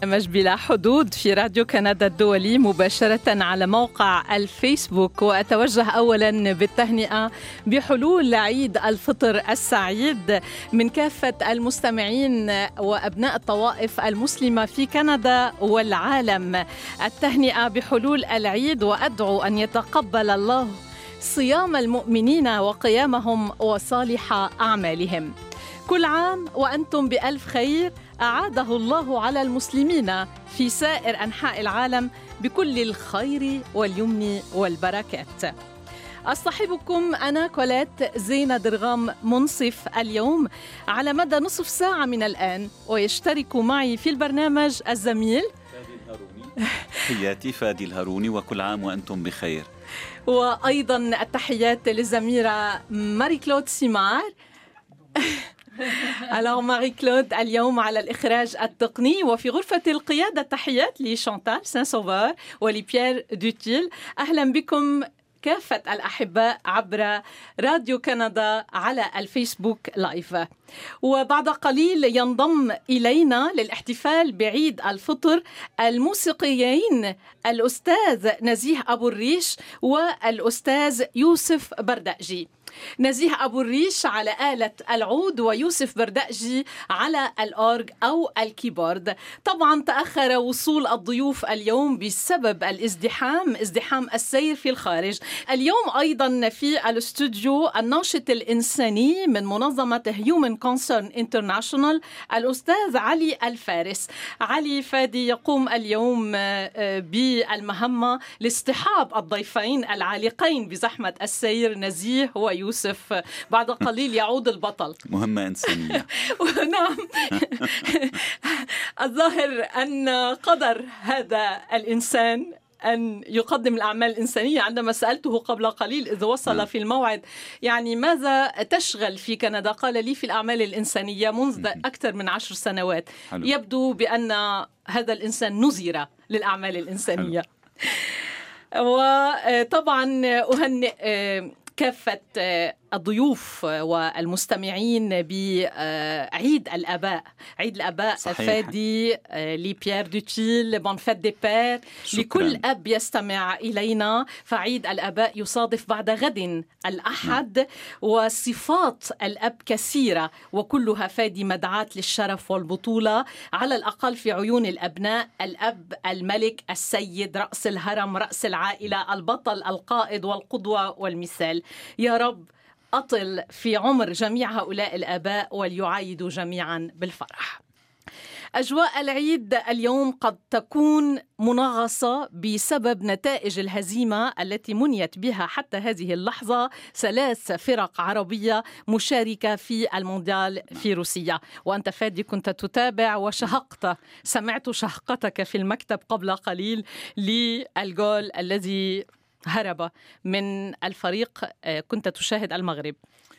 برنامج بلا حدود في راديو كندا الدولي مباشرة على موقع الفيسبوك. وأتوجه أولا بالتهنئة بحلول عيد الفطر السعيد من كافة المستمعين وأبناء الطوائف المسلمة في كندا والعالم. التهنئة بحلول العيد، وأدعو أن يتقبل الله صيام المؤمنين وقيامهم وصالح أعمالهم. كل عام وأنتم بألف خير أعاده الله على المسلمين في سائر أنحاء العالم بكل الخير واليمن والبركات. أصطحبكم أنا كولات زينة درغام منصف اليوم على مدى نصف ساعة من الآن، ويشترك معي في البرنامج الزميل فادي الهاروني. حياتي فادي الهاروني، وكل عام وأنتم بخير. وأيضا التحيات للزميلة ماري كلود سيمار. Alors Marie-Claude اليوم على الإخراج التقني، وفي غرفة القيادة تحيات لشانتال سان سوفار ولبيير دوتيل. أهلا بكم كافة الأحباء عبر راديو كندا على الفيسبوك لايف. وبعد قليل ينضم إلينا للاحتفال بعيد الفطر الموسيقيين الأستاذ نزيه أبو الريش والأستاذ يوسف بردأجي. نزيه أبو الريش على آلة العود، ويوسف بردأجي على الأورج أو الكيبورد. طبعا تأخر وصول الضيوف اليوم بسبب ازدحام السير في الخارج. اليوم أيضا في الاستوديو الناشط الإنساني من منظمة Human Concern International الأستاذ علي الفارس. علي فادي يقوم اليوم بالمهمة لاصطحاب الضيفين العالقين بزحمة السير نزيه ويوسف. بعد قليل يعود البطل. مهمة إنسانية. نعم. الظاهر أن قدر هذا الإنسان أن يقدم الأعمال الإنسانية. عندما سألته قبل قليل إذا وصل في الموعد يعني ماذا تشغل في كندا، قال لي في الأعمال الإنسانية منذ أكثر من 10 سنوات. حلو. يبدو بأن هذا الإنسان نزر للأعمال الإنسانية. وطبعا أهنئ كافة الضيوف والمستمعين بعيد الآباء. عيد الآباء فادي لبيير دوتيل بون فيت دي بير لكل أب يستمع إلينا. فعيد الآباء يصادف بعد غد الأحد، وصفات الأب كثيرة وكلها فادي مدعاة للشرف والبطولة على الأقل في عيون الأبناء. الأب الملك السيد رأس الهرم رأس العائلة البطل القائد والقدوة والمثال. يا رب أطل في عمر جميع هؤلاء الآباء وليعايدوا جميعا بالفرح. أجواء العيد اليوم قد تكون منغصة بسبب نتائج الهزيمة التي منيت بها حتى هذه اللحظة 3 فرق عربية مشاركة في المونديال في روسيا. وأنت فادي كنت تتابع وشهقت، سمعت شهقتك في المكتب قبل قليل للجول الذي هرب من الفريق. كنت تشاهد المغرب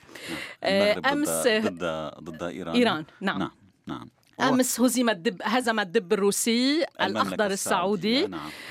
أمس ضد إيران. نعم. أمس هزم الدب الروسي الأخضر السعودي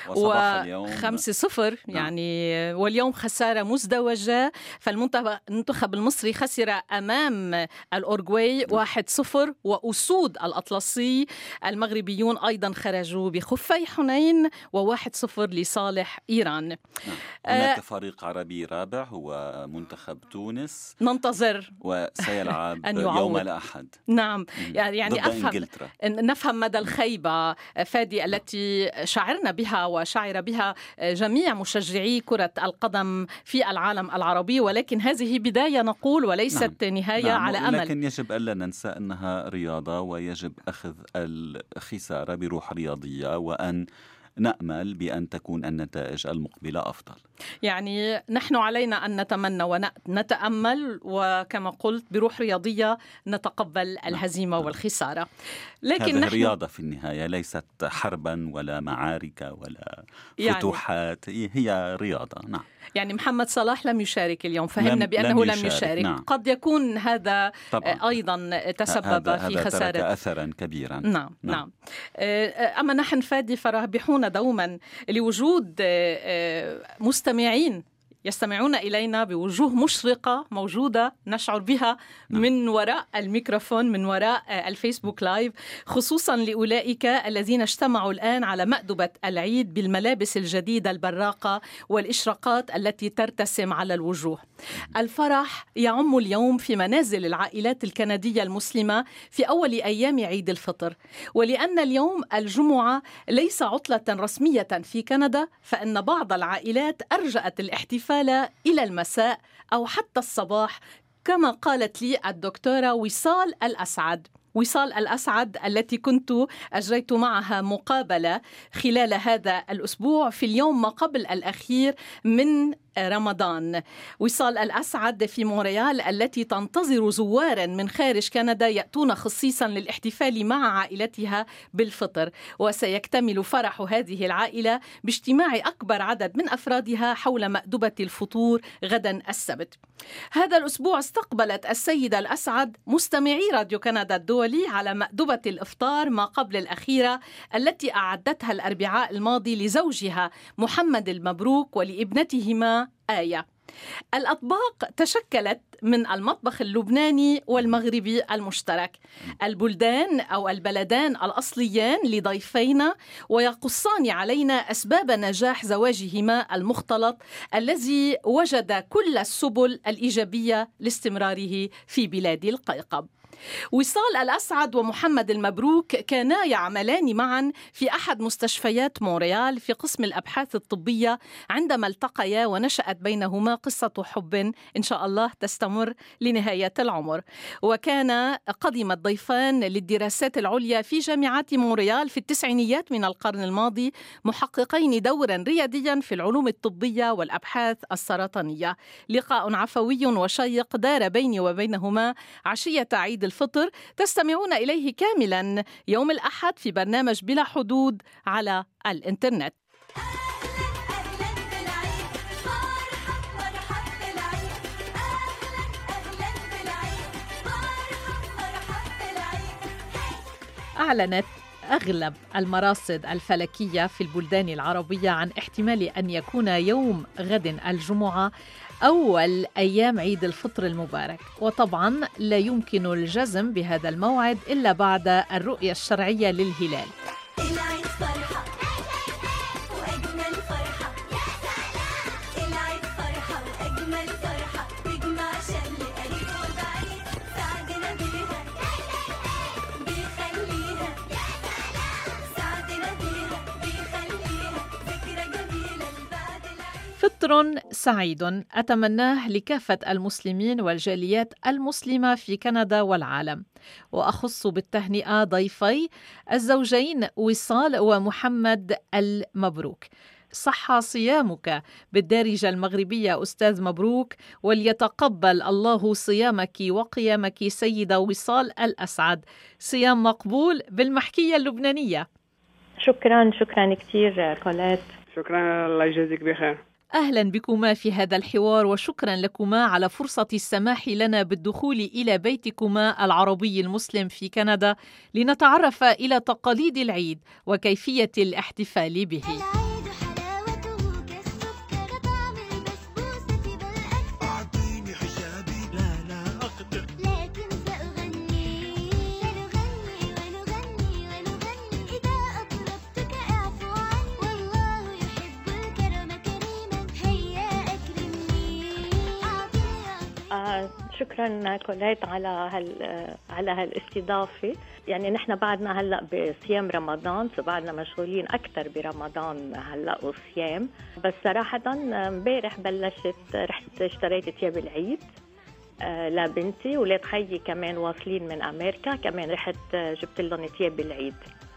و5-0 يعني. واليوم خسارة مزدوجة. فالمنتخب المصري خسر أمام الأورغواي 1-0. وأسود الأطلسي المغربيون أيضا خرجوا بخفي حنين و1-0 لصالح إيران. هناك فريق عربي رابع هو منتخب تونس، ننتظر وسيلعب يوم الأحد. نعم. يعني نفهم مدى الخيبة فادي التي شعرنا بها وشعر بها جميع مشجعي كرة القدم في العالم العربي، ولكن هذه بداية نقول وليست نهاية. على أمل. لكن يجب ألا ننسى أنها رياضة، ويجب أخذ الخسارة بروح رياضية، وأن نأمل بأن تكون النتائج المقبلة أفضل. يعني نحن علينا أن نتمنى ونتأمل، وكما قلت بروح رياضية نتقبل الهزيمة والخسارة. لكن هذه رياضة في النهاية، ليست حربا ولا معارك ولا فتوحات. هي رياضة. نعم. يعني محمد صلاح لم يشارك اليوم، فهمنا بأنه لم يشارك. نعم. قد يكون هذا أيضا تسبب في خسارة، ترك أثرا كبيرا. نعم. أما نحن فادي فرابحون دوما لوجود مستمعين يستمعون إلينا بوجوه مشرقة موجودة نشعر بها من وراء الميكروفون، من وراء الفيسبوك لايف، خصوصا لأولئك الذين اجتمعوا الآن على مأدبة العيد بالملابس الجديدة البراقة والإشراقات التي ترتسم على الوجوه. الفرح يعم اليوم في منازل العائلات الكندية المسلمة في أول أيام عيد الفطر، ولأن اليوم الجمعة ليس عطلة رسمية في كندا، فإن بعض العائلات أرجأت الاحتفال إلى المساء أو حتى الصباح، كما قالت لي الدكتورة وصال الأسعد. وصال الأسعد التي كنت أجريت معها مقابلة خلال هذا الأسبوع في اليوم ما قبل الأخير من رمضان. وصال الأسعد في مونريال التي تنتظر زوارا من خارج كندا يأتون خصيصا للاحتفال مع عائلتها بالفطر، وسيكتمل فرح هذه العائلة باجتماع أكبر عدد من أفرادها حول مأدبة الفطور غدا السبت. هذا الأسبوع استقبلت السيدة الأسعد مستمعي راديو كندا الدولي على مأدبة الإفطار ما قبل الأخيرة التي أعدتها الأربعاء الماضي لزوجها محمد المبروك ولابنتهما آية. الأطباق تشكلت من المطبخ اللبناني والمغربي المشترك، البلدان أو البلدان الأصليان لضيفينا، ويقصان علينا أسباب نجاح زواجهما المختلط الذي وجد كل السبل الإيجابية لاستمراره في بلاد القيقب. وصال الأسعد ومحمد المبروك كانا يعملان معا في أحد مستشفيات مونريال في قسم الأبحاث الطبية عندما التقيا، ونشأت بينهما قصة حب إن شاء الله تستمر لنهاية العمر. وكان قدم الضيفان للدراسات العليا في جامعة مونريال في التسعينيات من القرن الماضي، محققين دورا رياديا في العلوم الطبية والأبحاث السرطانية. لقاء عفوي وشيق دار بيني وبينهما عشية عيد الفطر، تستمعون إليه كاملا يوم الأحد في برنامج بلا حدود على الإنترنت. أعلنت أغلب المراصد الفلكية في البلدان العربية عن احتمال أن يكون يوم غد الجمعة أول أيام عيد الفطر المبارك، وطبعا لا يمكن الجزم بهذا الموعد إلا بعد الرؤية الشرعية للهلال. العيد فرحة وأجمل فرحة، العيد فرحة وأجمل فرحة، تجمع شمل قريب وبعيد، سعدنا بيها بيخليها، سعدنا بيها بيخليها ذكرى جميلة لبعد العيد. فطر سعيد أتمناه لكافة المسلمين والجاليات المسلمة في كندا والعالم، وأخص بالتهنئة ضيفي الزوجين وصال ومحمد المبروك. صح صيامك بالدارجة المغربية أستاذ مبروك، وليتقبل الله صيامك وقيامك سيدة وصال الأسعد، صيام مقبول بالمحكية اللبنانية. شكرا كثير كولات. شكرا، الله يجزيك بخير. أهلا بكما في هذا الحوار، وشكرا لكما على فرصة السماح لنا بالدخول إلى بيتكما العربي المسلم في كندا لنتعرف إلى تقاليد العيد وكيفية الاحتفال به. شكرا كوليت على هالاستضافة. يعني نحن بعدنا هلا بصيام رمضان، فبعدنا مشغولين أكثر برمضان هلا وصيام، بس صراحة امبارح بلشت رحت اشتريت ثياب العيد لبنتي، ولاد خيي كمان واصلين من أمريكا، كمان رحت جبت لهم ثياب العيد.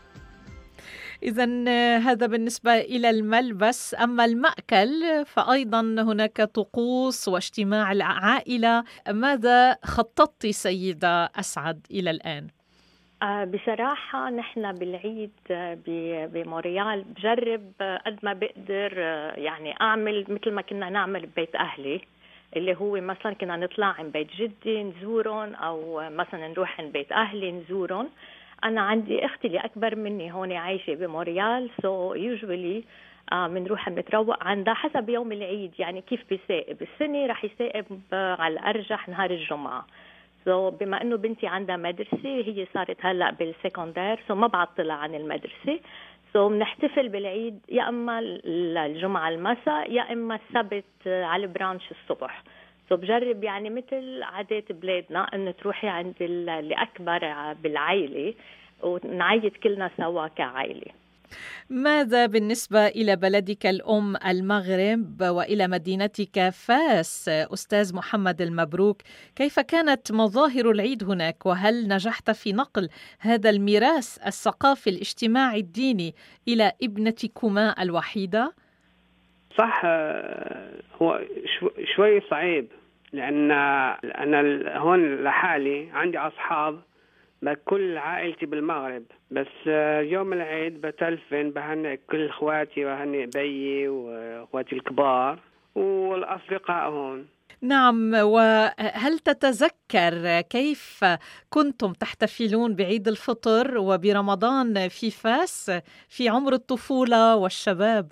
إذن هذا بالنسبة إلى الملبس. أما المأكل فأيضا هناك طقوس واجتماع العائلة. ماذا خططت سيدة أسعد إلى الآن؟ بصراحة نحن بالعيد بمونريال بجرب قد ما بقدر يعني أعمل مثل ما كنا نعمل ببيت أهلي، اللي هو مثلا كنا نطلع عن بيت جدي نزورهم، أو مثلا نروح عن بيت أهلي نزورهم. أنا عندي أختي اللي أكبر مني هون عايشة بمونريال، so usually بنروح بنتروق عندها حسب يوم العيد، يعني كيف بيسائب السنة رح يسائب على الأرجح نهار الجمعة. بما انه بنتي عندها مدرسة، هي صارت هلا بالسكندير، ما بعطلها عن المدرسة، بنحتفل بالعيد يا اما الجمعة المساء يا اما السبت على البرانش الصبح. بجرب يعني مثل عادات بلادنا انه تروحي عند اللي اكبر بالعائلة ونعيد كلنا سوا كعائلة. ماذا بالنسبة إلى بلدك الأم المغرب وإلى مدينتك فاس أستاذ محمد المبروك؟ كيف كانت مظاهر العيد هناك، وهل نجحت في نقل هذا الميراث الثقافي الاجتماعي الديني إلى ابنتكما الوحيدة؟ صح. هو شوي صعيب، لأن أنا هون لحالي عندي أصحاب كل عائلتي بالمغرب، بس يوم العيد بتلفن بهنئ كل اخواتي وهنئ بيي واخواتي الكبار والاصدقاء هون. نعم، وهل تتذكر كيف كنتم تحتفلون بعيد الفطر وبرمضان في فاس في عمر الطفولة والشباب؟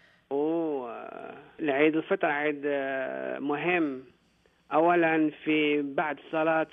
العيد الفطر عيد مهم. اولا في بعد صلاة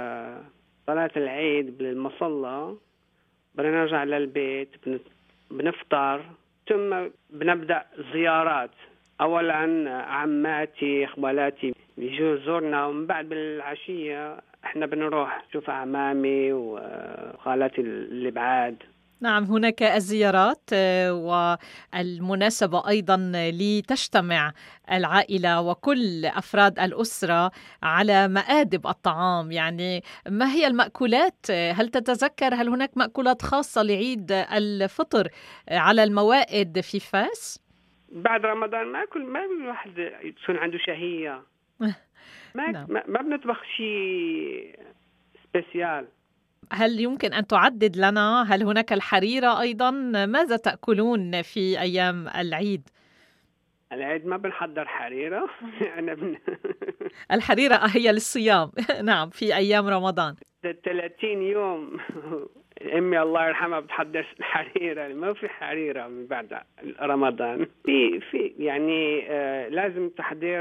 العيد بالمصلى بنرجع للبيت بنفطر، ثم بنبدأ زيارات. أولا عماتي خالاتي بيجوا يزورنا، ومن بعد بالعشية احنا بنروح نشوف أعمامي وخالاتي اللي بعاد. نعم، هناك الزيارات والمناسبة أيضا لتجتمع العائلة وكل أفراد الأسرة على مآدب الطعام. يعني ما هي المأكولات؟ هل تتذكر هل هناك مأكولات خاصة لعيد الفطر على الموائد في فاس؟ بعد رمضان ما الواحد يكون عنده شهية. ما بنطبخ شيء سبيسيال. هل يمكن أن تعدد لنا؟ هل هناك الحريرة أيضا؟ ماذا تأكلون في أيام العيد؟ العيد ما بنحضر حريرة. الحريرة هي للصيام. نعم، في أيام رمضان 30 يوم أمي الله يرحمها بتحضر حريرة. ما في حريرة من بعد رمضان. في يعني لازم تحضير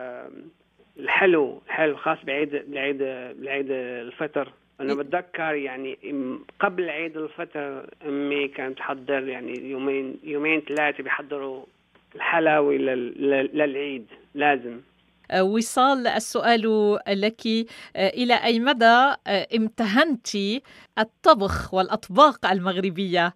الحلو خاص بعيد الفطر. أنا بتذكر يعني قبل عيد الفطر أمي كانت تحضر يعني يومين 3 بيحضروا الحلاوي للعيد لازم. وصال، السؤال لك: إلى أي مدى امتهنتِ الطبخ والأطباق المغربية؟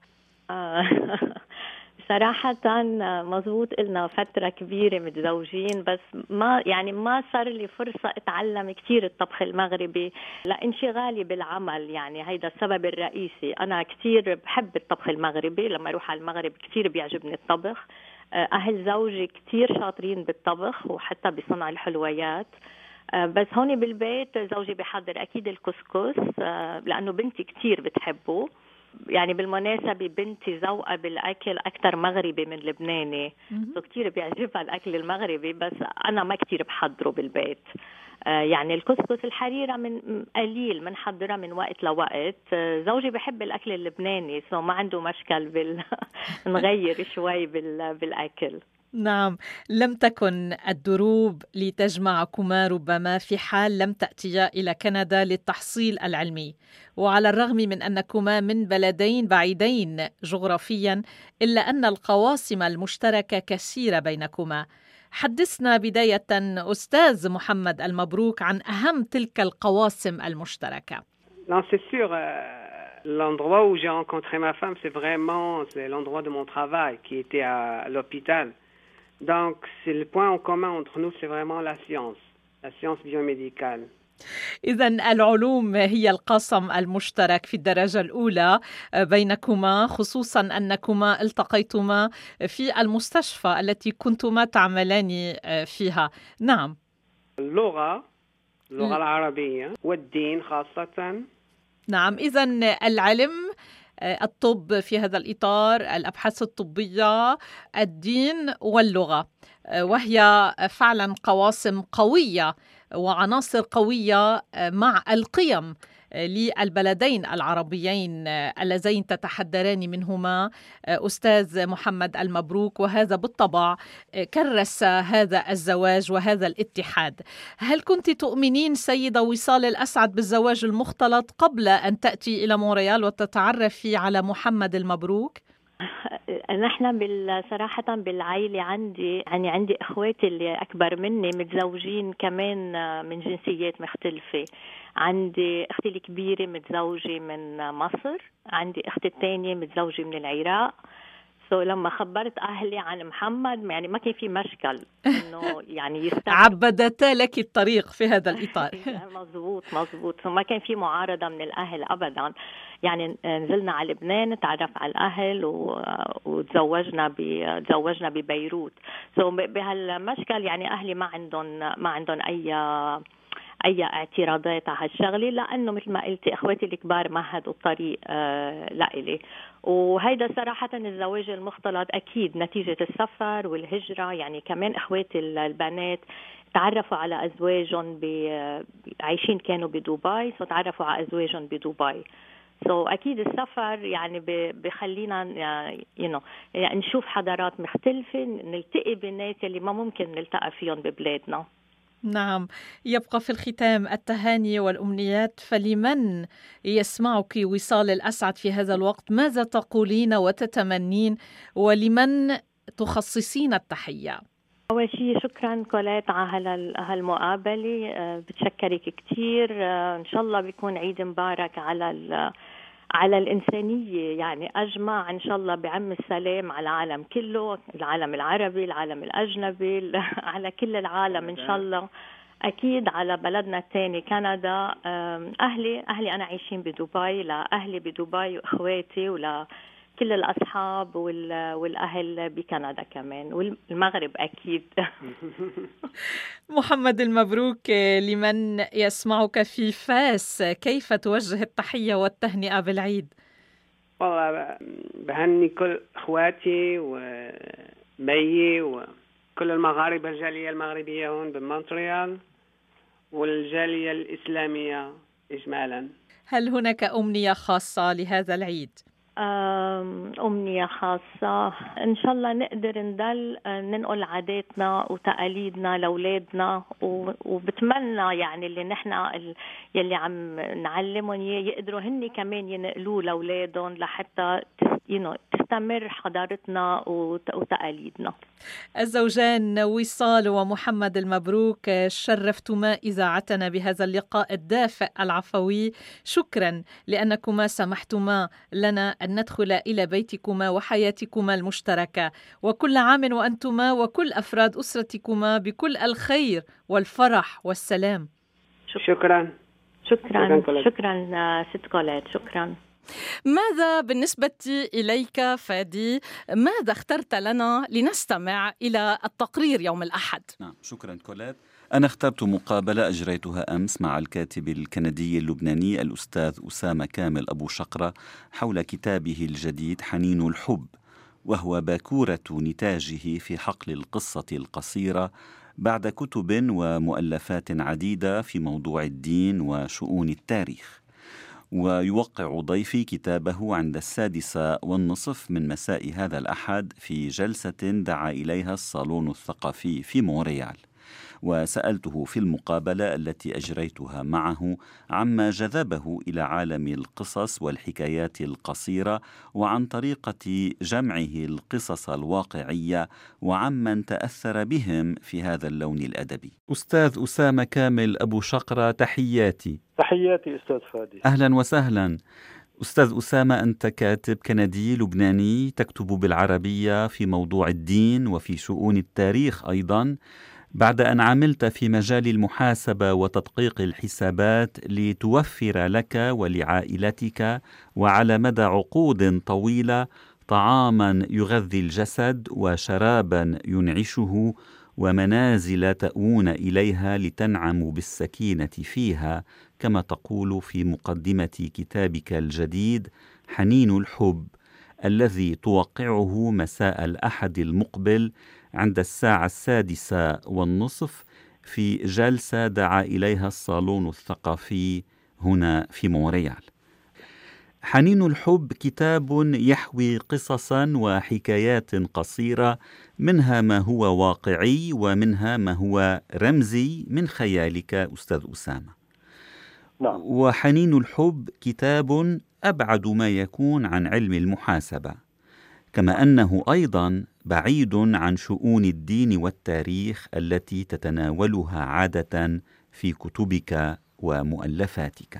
صراحة مزبوط، إلنا فترة كبيرة متزوجين، بس ما صار لي فرصة أتعلم كتير الطبخ المغربي لانشغالي بالعمل. يعني هيدا السبب الرئيسي. أنا كتير بحب الطبخ المغربي، لما أروح على المغرب كتير بيعجبني الطبخ. أهل زوجي كتير شاطرين بالطبخ وحتى بصنع الحلويات. بس هون بالبيت زوجي بيحضر أكيد الكسكس لأنه بنتي كتير بتحبه. يعني بالمناسبة بنتي ذوقها بالأكل أكتر مغربي من لبناني، كتير بيعجبها الأكل المغربي، بس أنا ما كتير بحضره بالبيت. يعني الكسكس الحريرة من قليل منحضرها من وقت لوقت. زوجي بحب الأكل اللبناني، ما عنده مشكل نغير شوي بالأكل. نعم، لم تكن الدروب لتجمعكما ربما في حال لم تأتيا إلى كندا للتحصيل العلمي، وعلى الرغم من أنكما من بلدين بعيدين جغرافيا إلا أن القواسم المشتركة كثيرة بينكما. حدثنا بداية أستاذ محمد المبروك عن أهم تلك القواسم المشتركة. Non, c'est sûr. L'endroit où j'ai rencontré ma femme, c'est l'endroit de mon travail qui était à l'hôpital. Donc, c'est le point en commun entre nous, c'est vraiment la science biomédicale. إذن العلوم هي القاسم المشترك في الدرجة الأولى بينكما، خصوصا أنكما التقيتما في المستشفى التي كنتما تعملان فيها. نعم، اللغة العربية والدين خاصة. نعم، إذن العلم، الطب في هذا الإطار، الأبحاث الطبية، الدين واللغة، وهي فعلا قواسم قوية وعناصر قوية مع القيم للبلدين العربيين اللذين تتحدران منهما أستاذ محمد المبروك، وهذا بالطبع كرس هذا الزواج وهذا الاتحاد. هل كنت تؤمنين سيدة وصال الأسعد بالزواج المختلط قبل أن تأتي إلى مونريال وتتعرفي على محمد المبروك؟ نحن صراحة بالعائلة عندي اخواتي اللي اكبر مني متزوجين كمان من جنسيات مختلفة. عندي اختي الكبيرة متزوجة من مصر، عندي اختي الثانية متزوجة من العراق. لما خبرت أهلي عن محمد يعني ما كان في مشكل إنه يعني عبدتا لك الطريق في هذا الإطار. مزبوط. ما كان في معارضة من الأهل أبدا. يعني نزلنا على لبنان، تعرف على الأهل وتزوجنا ببيروت. بهالمشكل يعني أهلي ما عندهم أي اعتراضات على هالشغلة، لأنه مثل ما قلتي إخواتي الكبار مهدوا الطريق لإلي. وهيدا صراحة الزواج المختلط أكيد نتيجة السفر والهجرة. يعني كمان إخواتي البنات تعرفوا على أزواجهم عايشين كانوا بدبي، تعرفوا على أزواجهم بدبي. أكيد السفر يعني بخلينا يعني نشوف حضارات مختلفة، نلتقي بالناس اللي ما ممكن نلتقى فيهم ببلادنا. نعم، يبقى في الختام التهاني والأمنيات. فلمن يسمعك وصال الأسعد في هذا الوقت ماذا تقولين وتتمنين، ولمن تخصصين التحية؟ أول شيء شكرا كوليت على هالمقابلة، بتشكرك كتير. إن شاء الله بيكون عيد مبارك على الإنسانية، يعني أجمع إن شاء الله بعم السلام على العالم كله، العالم العربي، العالم الأجنبي، على كل العالم إن شاء الله. أكيد على بلدنا الثاني كندا. أهلي أنا عايشين بدبي، لأهلي بدبي وإخواتي ولكل الأصحاب والأهل بكندا كمان، والمغرب أكيد. محمد المبروك، لمن يسمعك في فاس كيف توجه التحية والتهنئة بالعيد؟ والله بهني كل إخواتي وبيي وكل المغاربة، الجالية المغربية هون بمونتريال والجالية الإسلامية إجمالا. هل هناك أمنية خاصة لهذا العيد؟ أمنية خاصة إن شاء الله نقدر ننقل عاداتنا وتقاليدنا لأولادنا، وبتمنى يعني اللي نحن يلي عم نعلمهم يقدروا هني كمان ينقلوه لأولادهم لحتى تستمر حضارتنا وتقاليدنا. الزوجان وصال ومحمد المبروك، شرفتما إذاعتنا بهذا اللقاء الدافئ العفوي. شكرا لأنكما سمحتما لنا أن ندخل إلى بيتكما وحياتكما المشتركة، وكل عام وأنتما وكل أفراد أسرتكما بكل الخير والفرح والسلام. شكرا ست كوليت. شكرا. ماذا بالنسبة إليك فادي؟ ماذا اخترت لنا لنستمع إلى التقرير يوم الأحد؟ نعم، شكرا كوليت. أنا اخترت مقابلة أجريتها أمس مع الكاتب الكندي اللبناني الأستاذ أسامة كامل أبو شقرة حول كتابه الجديد حنين الحب، وهو باكورة نتاجه في حقل القصة القصيرة بعد كتب ومؤلفات عديدة في موضوع الدين وشؤون التاريخ. ويوقع ضيفي كتابه عند 6:30 من مساء هذا الأحد في جلسة دعا إليها الصالون الثقافي في مونريال. وسألته في المقابلة التي أجريتها معه عما جذبه إلى عالم القصص والحكايات القصيرة، وعن طريقة جمعه القصص الواقعية، وعمن تأثر بهم في هذا اللون الأدبي. أستاذ أسامة كامل أبو شقرة، تحياتي. أستاذ فادي. أهلا وسهلا. أستاذ أسامة، أنت كاتب كندي لبناني، تكتب بالعربية في موضوع الدين وفي شؤون التاريخ أيضا، بعد أن عملت في مجال المحاسبة وتدقيق الحسابات لتوفر لك ولعائلتك وعلى مدى عقود طويلة طعاما يغذي الجسد وشرابا ينعشه ومنازل تأوون إليها لتنعموا بالسكينة فيها، كما تقول في مقدمة كتابك الجديد حنين الحب، الذي توقعه مساء الأحد المقبل عند 6:30 في جلسة دعا إليها الصالون الثقافي هنا في مونريال. حنين الحب كتاب يحوي قصصا وحكايات قصيرة، منها ما هو واقعي ومنها ما هو رمزي من خيالك أستاذ أسامة. نعم. وحنين الحب كتاب أبعد ما يكون عن علم المحاسبة، كما أنه أيضا بعيد عن شؤون الدين والتاريخ التي تتناولها عادة في كتبك ومؤلفاتك.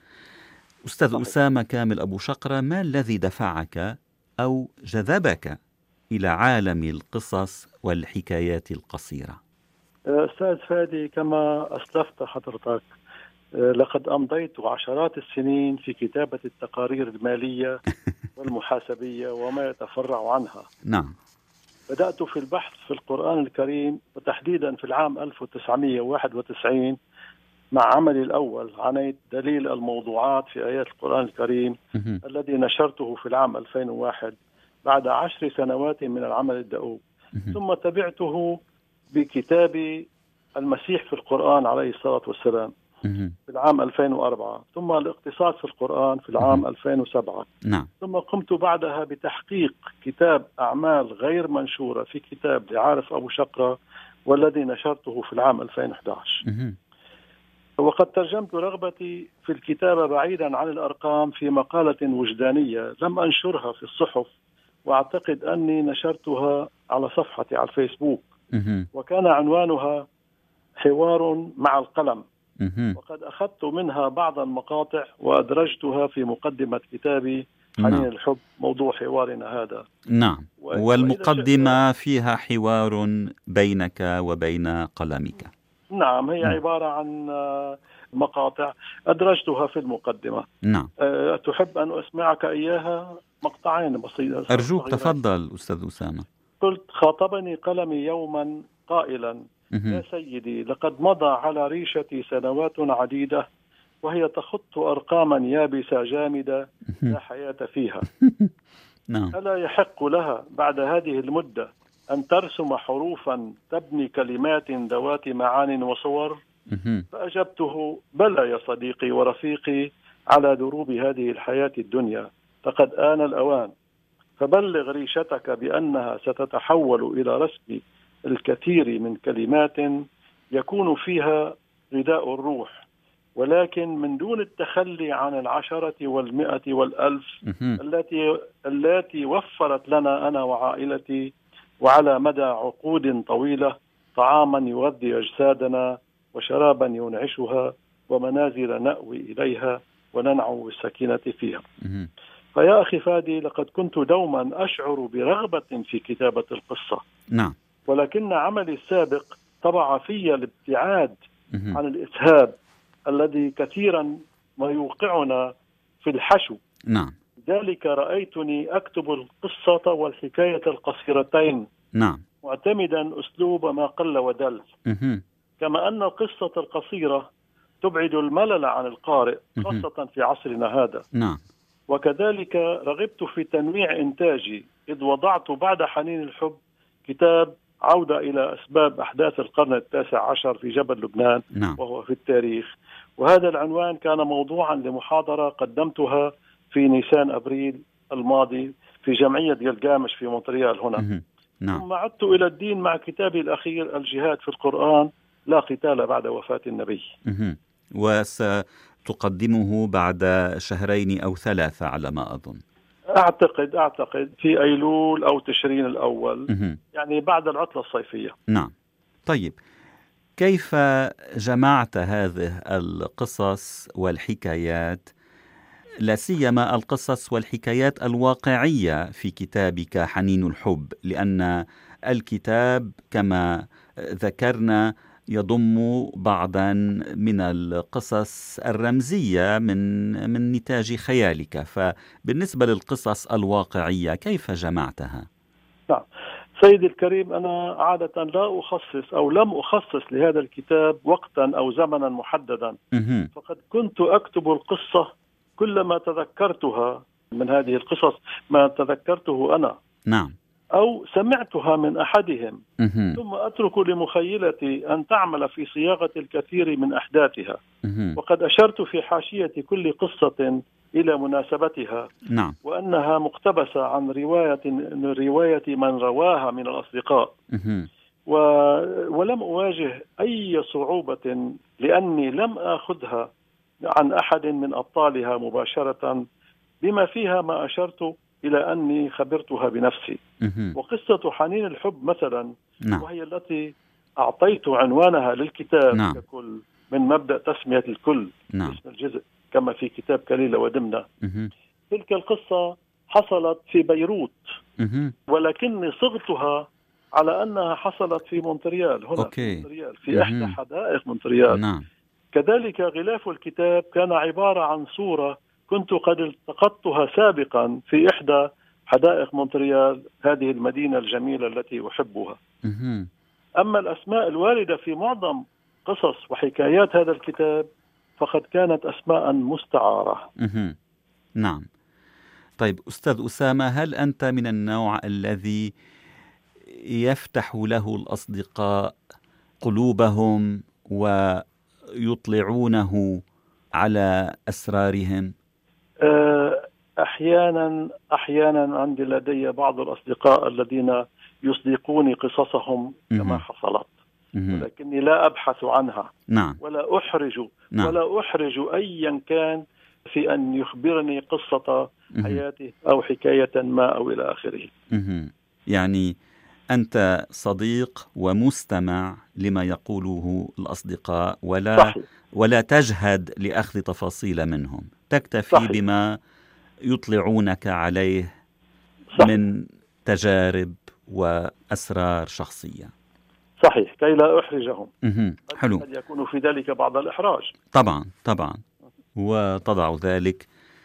أستاذ أسامة كامل أبو شقرة، ما الذي دفعك أو جذبك إلى عالم القصص والحكايات القصيرة؟ أستاذ فادي، كما أسلفت حضرتك، لقد أمضيت عشرات السنين في كتابة التقارير المالية والمحاسبية وما يتفرع عنها. نعم. بدأت في البحث في القرآن الكريم، وتحديدا في العام 1991 مع عملي الأول عنيت دليل الموضوعات في آيات القرآن الكريم الذي نشرته في العام 2001 بعد 10 سنوات من العمل الدؤوب. ثم تبعته بكتاب المسيح في القرآن عليه الصلاة والسلام في العام 2004، ثم الاقتصاد في القرآن في العام 2007. نعم. ثم قمت بعدها بتحقيق كتاب أعمال غير منشورة في كتاب لعارف أبو شقرة، والذي نشرته في العام 2011. وقد ترجمت رغبتي في الكتابة بعيدا عن الأرقام في مقالة وجدانية لم أنشرها في الصحف، وأعتقد أني نشرتها على صفحتي على الفيسبوك، وكان عنوانها حوار مع القلم. وقد أخذت منها بعض المقاطع وأدرجتها في مقدمة كتابي حنين الحب موضوع حوارنا هذا. نعم. والمقدمة فيها حوار بينك وبين قلمك. نعم، هي عبارة عن مقاطع أدرجتها في المقدمة. نعم. تحب أن أسمعك إياها؟ مقطعين بسيطة. أرجوك تفضل أستاذ أسامة. قلت: خاطبني قلمي يوما قائلا: يا سيدي، لقد مضى على ريشتي سنوات عديدة وهي تخط أرقاما يابسة جامدة لا حياة فيها. نعم. ألا يحق لها بعد هذه المدة أن ترسم حروفا تبني كلمات ذوات معان وصور؟ فأجبته: بلى يا صديقي ورفيقي على دروب هذه الحياة الدنيا، فقد آن الأوان، فبلغ ريشتك بأنها ستتحول إلى رسم الكثير من كلمات يكون فيها غذاء الروح، ولكن من دون التخلي عن 10 و100 و1000 التي وفرت لنا أنا وعائلتي وعلى مدى عقود طويلة طعاما يغذي أجسادنا وشرابا ينعشها ومنازل نأوي إليها وننعم بالسكينة فيها. فيا أخي فادي، لقد كنت دوما أشعر برغبة في كتابة القصة. نعم. ولكن عملي السابق طبع في الابتعاد عن الإسهاب الذي كثيرا ما يوقعنا في الحشو. نعم. لذلك رأيتني أكتب القصة والحكاية القصيرتين. نعم. معتمدا أسلوب ما قل ودل. كما أن القصة القصيرة تبعد الملل عن القارئ خاصة في عصرنا هذا. نعم. وكذلك رغبت في تنويع إنتاجي، إذ وضعت بعد حنين الحب كتاب عودة إلى أسباب أحداث القرن 19 في جبل لبنان. نعم. وهو في التاريخ. وهذا العنوان كان موضوعا لمحاضرة قدمتها في نيسان أبريل الماضي في جمعية جلجامش في مونتريال هنا. نعم. ثم عدت إلى الدين مع كتابي الأخير الجهاد في القرآن لا قتال بعد وفاة النبي. وستقدمه بعد 2 أو 3 على ما أظن. أعتقد في أيلول أو تشرين الأول، يعني بعد العطلة الصيفية. نعم. طيب، كيف جمعت هذه القصص والحكايات، لا سيما القصص والحكايات الواقعية في كتابك حنين الحب؟ لأن الكتاب كما ذكرنا يضم بعضا من القصص الرمزية من نتاج خيالك، فبالنسبة للقصص الواقعية كيف جمعتها؟ نعم سيدي الكريم، أنا عادة لا أخصص أو لم أخصص لهذا الكتاب وقتا أو زمنا محددا. فقد كنت أكتب القصة كلما تذكرتها من هذه القصص، ما تذكرته أنا. نعم. أو سمعتها من أحدهم، ثم أترك لمخيلتي أن تعمل في صياغة الكثير من أحداثها. وقد أشرت في حاشية كل قصة إلى مناسبتها، نعم. وأنها مقتبسة عن رواية من رواها من الأصدقاء. ولم أواجه أي صعوبة لأني لم أخذها عن أحد من أبطالها مباشرة، بما فيها ما أشرت إلى أني خبرتها بنفسي. وقصة حنين الحب مثلا، نعم. وهي التي أعطيت عنوانها للكتاب، نعم. ككل من مبدأ تسمية الكل، نعم. اسم الجزء كما في كتاب كليلة ودمنة. تلك القصة حصلت في بيروت، ولكني صغتها على أنها حصلت في مونتريال، هنا في مونتريال، في إحدى حدائق مونتريال. نعم. كذلك غلاف الكتاب كان عبارة عن صورة كنت قد التقطتها سابقا في إحدى حدائق مونتريال، هذه المدينة الجميلة التي أحبها. أما الأسماء الواردة في معظم قصص وحكايات هذا الكتاب فقد كانت أسماء مستعارة. نعم. طيب أستاذ أسامة، هل أنت من النوع الذي يفتح له الأصدقاء قلوبهم ويطلعونه على أسرارهم؟ أحيانا عندي لدي بعض الأصدقاء الذين يصدقوني قصصهم كما حصلت، ولكني لا أبحث عنها. نعم. ولا أحرج أيا كان في أن يخبرني قصة حياته أو حكاية ما أو إلى آخره. يعني أنت صديق ومستمع لما يقوله الأصدقاء، ولا تجهد لأخذ تفاصيل منهم، تكتفي بما يطلعونك عليه من تجارب وأسرار شخصية. صحيح، كي لا أحرجهم. حلو. قد يكون في ذلك بعض الإحراج. طبعا، وتضع ذلك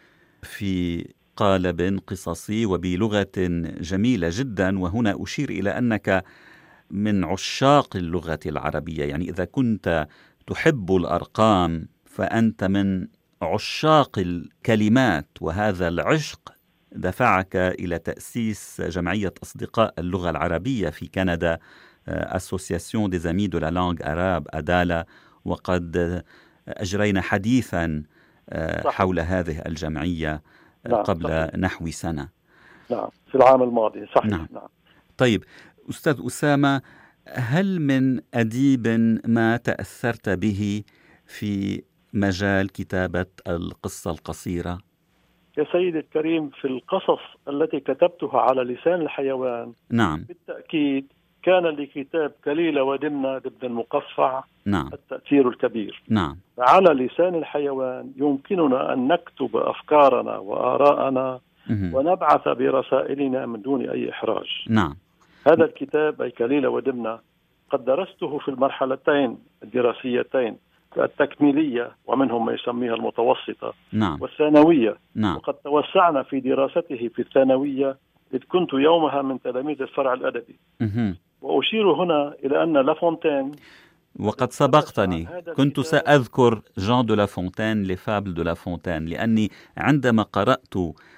في قالب قصصي وبلغة جميلة جدا. وهنا أشير إلى أنك من عشاق اللغة العربية، يعني إذا كنت تحب الأرقام فأنت من عشاق الكلمات، وهذا العشق دفعك إلى تأسيس جمعية أصدقاء اللغة العربية في كندا، Association des Amis de la Langue Arabe ADALA، وقد أجرينا حديثا حول هذه الجمعية قبل نحو سنة. نعم، في العام الماضي. صحيح. نعم. طيب أستاذ أسامة، هل من أديب ما تأثرت به في مجال كتابة القصة القصيرة؟ يا سيدي الكريم، في القصص التي كتبتها على لسان الحيوان، نعم، بالتأكيد كان لكتاب كليلة ودمنة لابن المقفع نعم التأثير الكبير. نعم. على لسان الحيوان يمكننا أن نكتب أفكارنا وآراءنا ونبعث برسائلنا من دون أي إحراج. نعم. هذا الكتاب أي كليلة ودمنة قد درسته في المرحلتين الدراسيتين، التكميلية ومنهم ما يسميها المتوسطة، نعم، والثانوية. نعم. وقد توسعنا في دراسته في الثانوية، إذ كنت يومها من تلاميذ الفرع الأدبي. وأشير هنا إلى أن لافونتين، وقد سبقتني، كنت سأذكر جان دو لافونتين، لفابل دو لافونتين، لأني عندما قرأت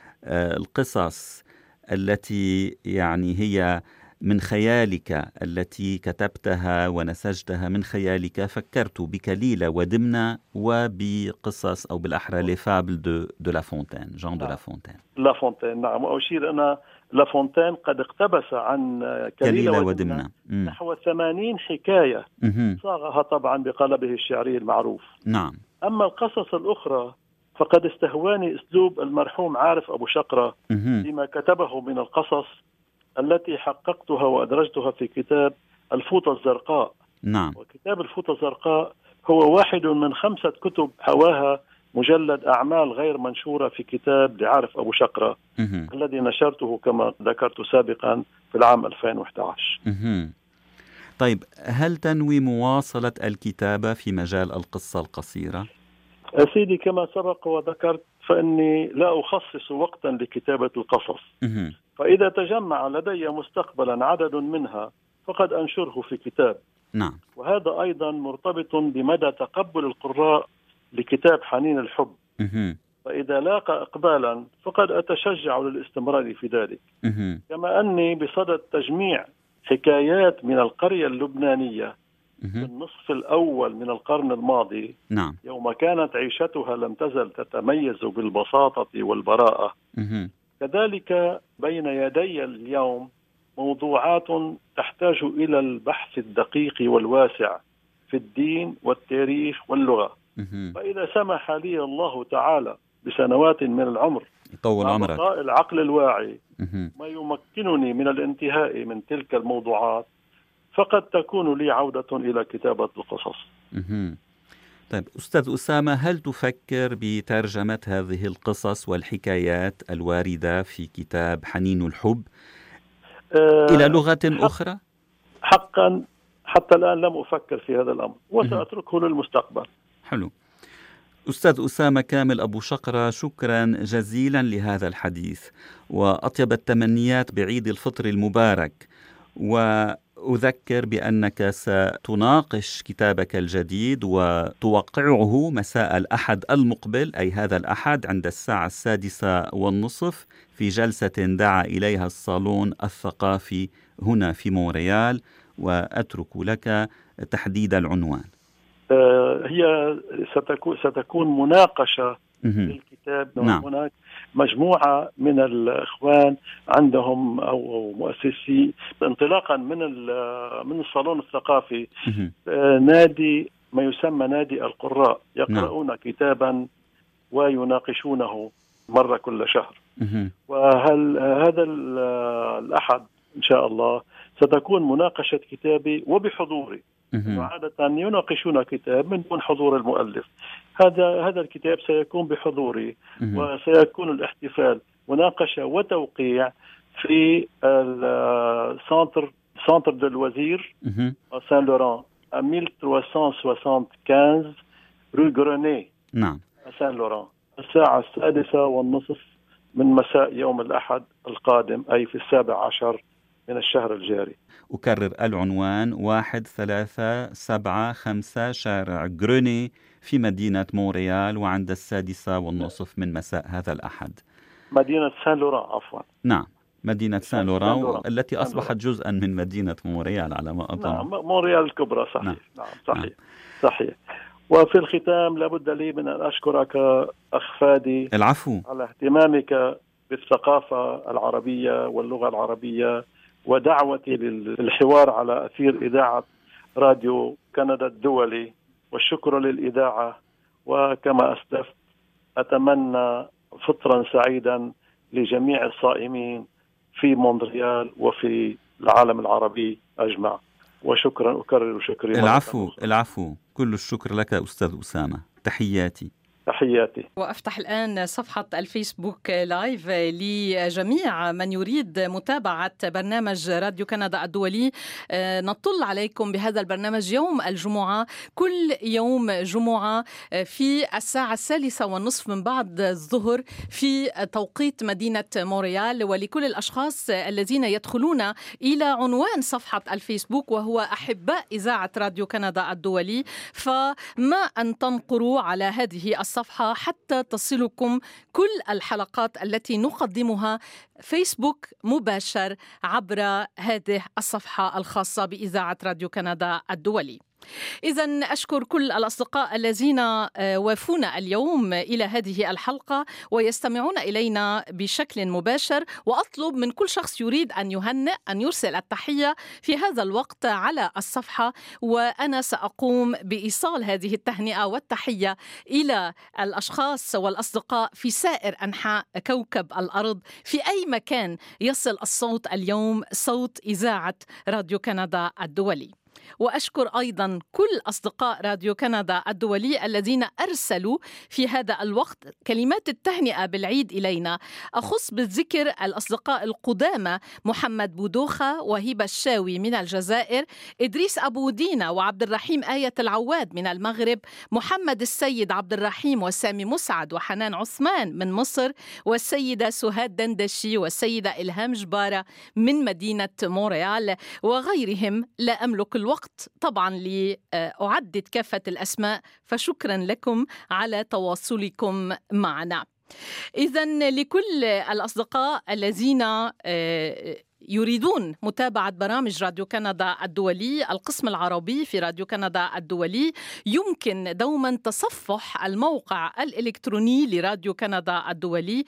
القصص التي يعني هي من خيالك، التي كتبتها ونسجتها من خيالك، فكرت بكليلة ودمنة وبقصص أو بالأحرى لفابل دو لافونتين، جان دو لافونتين. لافونتين، نعم. وأشير أن لافونتين قد اقتبس عن كليلة ودمنة نحو 80 حكاية، صاغها طبعا بقالبه الشعري المعروف. نعم. أما القصص الأخرى فقد استهواني أسلوب المرحوم عارف أبو شقرة لما كتبه من القصص التي حققتها وأدرجتها في كتاب الفوطة الزرقاء. نعم. وكتاب الفوطة الزرقاء هو واحد من 5 كتب حواها مجلد أعمال غير منشورة في كتاب لعارف أبو شقرة الذي نشرته كما ذكرت سابقا في العام 2011. طيب، هل تنوي مواصلة الكتابة في مجال القصة القصيرة؟ سيدي، كما سبق وذكرت فإني لا أخصص وقتا لكتابة القصص، فإذا تجمع لدي مستقبلا عدد منها فقد أنشره في كتاب. نعم. وهذا أيضا مرتبط بمدى تقبل القراء لكتاب حنين الحب. فإذا لاقى إقبالا فقد أتشجع للاستمرار في ذلك. كما أني بصدد تجميع حكايات من القرية اللبنانية في النصف الأول من القرن الماضي، نعم. يوم كانت عيشتها لم تزل تتميز بالبساطة والبراءة. كذلك بين يدي اليوم موضوعات تحتاج إلى البحث الدقيق والواسع في الدين والتاريخ واللغة. فإذا سمح لي الله تعالى بسنوات من العمر يطول عمرك بقاء العقل الواعي ما يمكنني من الانتهاء من تلك الموضوعات، فقد تكون لي عودة إلى كتابة القصص. طيب أستاذ أسامة، هل تفكر بترجمة هذه القصص والحكايات الواردة في كتاب حنين الحب إلى لغة أخرى؟ حقا حتى الآن لم أفكر في هذا الأمر، وسأتركه للمستقبل. حلو. أستاذ أسامة كامل أبو شقرة، شكرا جزيلا لهذا الحديث، وأطيب التمنيات بعيد الفطر المبارك. وأذكر بأنك ستناقش كتابك الجديد وتوقعه مساء الأحد المقبل، أي هذا الأحد، عند الساعة 6:30 في جلسة دعا إليها الصالون الثقافي هنا في مونريال، وأترك لك تحديد العنوان. هي ستكون مناقشة للكتاب. نعم. هناك مجموعة من الإخوان عندهم أو مؤسسي انطلاقا من الصالون الثقافي نادي ما يسمى نادي القراء، يقرؤون كتابا ويناقشونه مرة كل شهر. وهل هذا الأحد إن شاء الله ستكون مناقشة كتابي وبحضوري. عادة يناقشون كتاب من دون حضور المؤلف. هذا الكتاب سيكون بحضوري، وسيكون الاحتفال مناقشة وتوقيع في سنتر دو الوزير سان لوران 1375 رو غروني. نعم. سان لوران الساعة 6:30 من مساء يوم الأحد القادم، أي في 17 من الشهر الجاري. أكرر العنوان: 1375 شارع غروني في مدينة مونريال، وعند 6:30 من مساء هذا الأحد. مدينة سان لوران، عفوا. نعم، مدينة سان لوران التي أصبحت جزءا من مدينة مونريال على ما أظن. نعم، مونريال الكبرى، صحيح. نعم. صحيح. نعم. صحيح. وفي الختام لابد لي من أن أشكرك أخ فادي. العفو. على اهتمامك بالثقافة العربية واللغة العربية، ودعوتي للحوار على أثير إذاعة راديو كندا الدولي. والشكر للإذاعة، وكما أسلفت أتمنى فطرا سعيدا لجميع الصائمين في مونريال وفي العالم العربي أجمع. وشكرا، أكرر شكري. العفو، كل الشكر لك أستاذ أسامة. تحياتي. وأفتح الآن صفحة الفيسبوك لايف لجميع من يريد متابعة برنامج راديو كندا الدولي. نطل عليكم بهذا البرنامج يوم الجمعة، كل يوم جمعة في الساعة 3:30 من بعد الظهر في توقيت مدينة مونريال. ولكل الأشخاص الذين يدخلون إلى عنوان صفحة الفيسبوك وهو أحباء إذاعة راديو كندا الدولي، فما أن تنقروا على هذه الصفحة حتى تصلكم كل الحلقات التي نقدمها فيسبوك مباشر عبر هذه الصفحة الخاصة بإذاعة راديو كندا الدولي. إذن أشكر كل الأصدقاء الذين وافونا اليوم إلى هذه الحلقة ويستمعون إلينا بشكل مباشر، وأطلب من كل شخص يريد أن يهنئ أن يرسل التحية في هذا الوقت على الصفحة، وأنا سأقوم بإيصال هذه التهنئة والتحية إلى الأشخاص والأصدقاء في سائر أنحاء كوكب الأرض، في أي مكان يصل الصوت اليوم، صوت إذاعة راديو كندا الدولي. وأشكر أيضا كل أصدقاء راديو كندا الدولي الذين أرسلوا في هذا الوقت كلمات التهنئة بالعيد إلينا. أخص بالذكر الأصدقاء القدامى محمد بودوخة وهبة الشاوي من الجزائر، إدريس أبو دينا وعبد الرحيم آية العواد من المغرب، محمد السيد عبد الرحيم وسامي مسعد وحنان عثمان من مصر، والسيدة سهاد دندشي والسيدة إلهام جبارة من مدينة مونريال وغيرهم. لا أملك الوقت طبعا لأعدد كافة الأسماء، فشكرا لكم على تواصلكم معنا. إذن لكل الأصدقاء الذين يريدون متابعة برامج راديو كندا الدولي القسم العربي في راديو كندا الدولي، يمكن دوما تصفح الموقع الإلكتروني لراديو كندا الدولي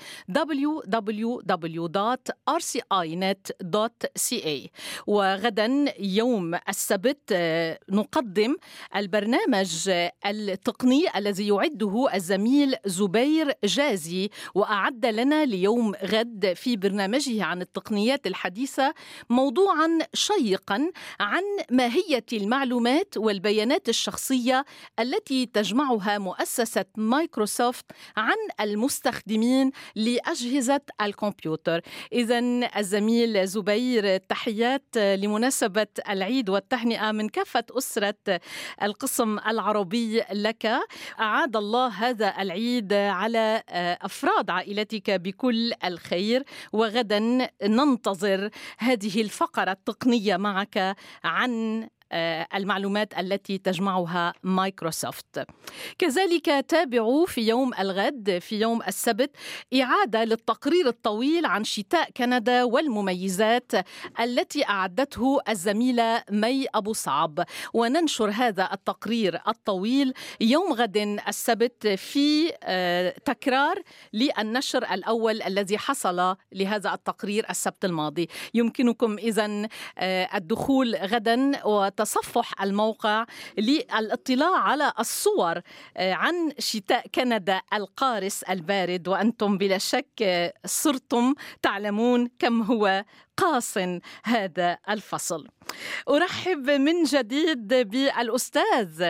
www.rcinet.ca. وغدا يوم السبت نقدم البرنامج التقني الذي يعده الزميل زبير جازي، وأعد لنا ليوم غد في برنامجه عن التقنيات الحديثة موضوعا شيقا عن ماهية المعلومات والبيانات الشخصية التي تجمعها مؤسسة مايكروسوفت عن المستخدمين لأجهزة الكمبيوتر. إذن الزميل زبير، تحيات لمناسبة العيد والتهنئة من كافة أسرة القسم العربي لك. أعاد الله هذا العيد على أفراد عائلتك بكل الخير، وغدا ننتظر هذه الفقرة التقنية معك عن المعلومات التي تجمعها مايكروسوفت. كذلك تابعوا في يوم الغد في يوم السبت إعادة للتقرير الطويل عن شتاء كندا والمميزات التي أعدته الزميلة مي أبو صعب، وننشر هذا التقرير الطويل يوم غد السبت في تكرار للنشر الأول الذي حصل لهذا التقرير السبت الماضي. يمكنكم إذن الدخول غدا تصفح الموقع للاطلاع على الصور عن شتاء كندا القارس البارد، وأنتم بلا شك صرتم تعلمون كم هو قاس هذا الفصل. أرحب من جديد بالأستاذ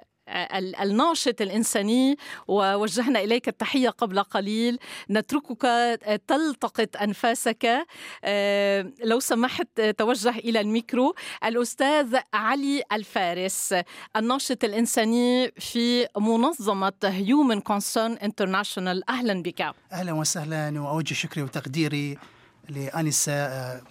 الناشط الإنساني، ووجهنا إليك التحية قبل قليل. نتركك تلتقط أنفاسك، لو سمحت توجه إلى الميكرو. الأستاذ علي الفارس، الناشط الإنساني في منظمة Human Concern International، أهلا بك. أهلا وسهلا، وأوجه شكري وتقديري لأنسة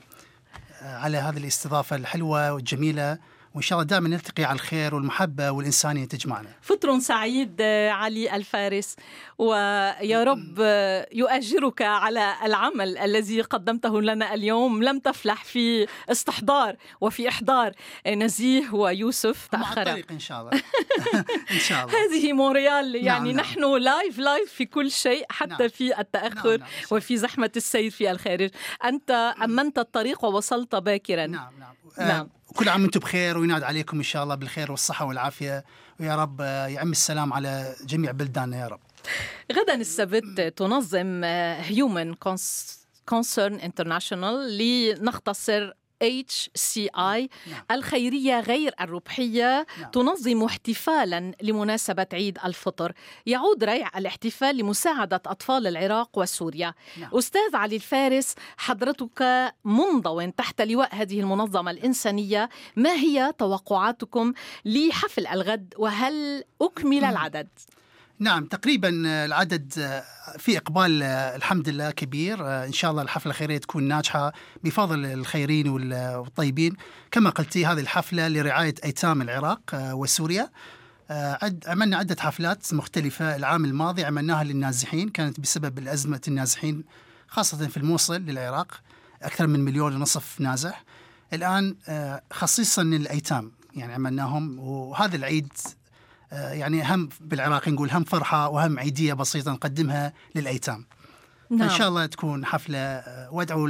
على هذه الاستضافة الحلوة والجميلة، وإن شاء الله دائما نلتقي على الخير والمحبة والإنسانية تجمعنا. فطر سعيد علي الفارس، ويا رب يؤجرك على العمل الذي قدمته لنا اليوم. لم تفلح في استحضار وفي إحضار نزيه ويوسف، تأخر الطريق إن شاء الله. إن شاء الله. هذه مونريال، يعني نعم. نحن لايف في كل شيء، حتى نعم. في التأخر نعم. وفي زحمة السير في الخارج. أنت أمنت الطريق ووصلت باكرا. نعم. كل عام وانتم بخير، ويناد عليكم إن شاء الله بالخير والصحة والعافية، ويا رب يعم السلام على جميع بلداننا يا رب. غدا السبت تنظم Human Concern International، لنختصر HCI، الخيرية غير الربحية، تنظم احتفالا لمناسبة عيد الفطر. يعود ريع الاحتفال لمساعدة أطفال العراق وسوريا. أستاذ علي الفارس، حضرتك منضوٍ تحت لواء هذه المنظمة الإنسانية، ما هي توقعاتكم لحفل الغد، وهل أكمل العدد؟ نعم، تقريبا العدد في إقبال الحمد لله كبير. إن شاء الله الحفلة الخيرية تكون ناجحة بفضل الخيرين والطيبين. كما قلتي، هذه الحفلة لرعاية أيتام العراق وسوريا. عملنا عدة حفلات مختلفة. العام الماضي عملناها للنازحين، كانت بسبب الأزمة النازحين خاصة في الموصل للعراق، أكثر من 1.5 مليون نازح. الآن خصيصا للأيتام يعني عملناهم، وهذا العيد يعني هم بالعراق نقول هم فرحة وهم عيدية بسيطة نقدمها للأيتام. نعم. إن شاء الله تكون حفلة، وادعو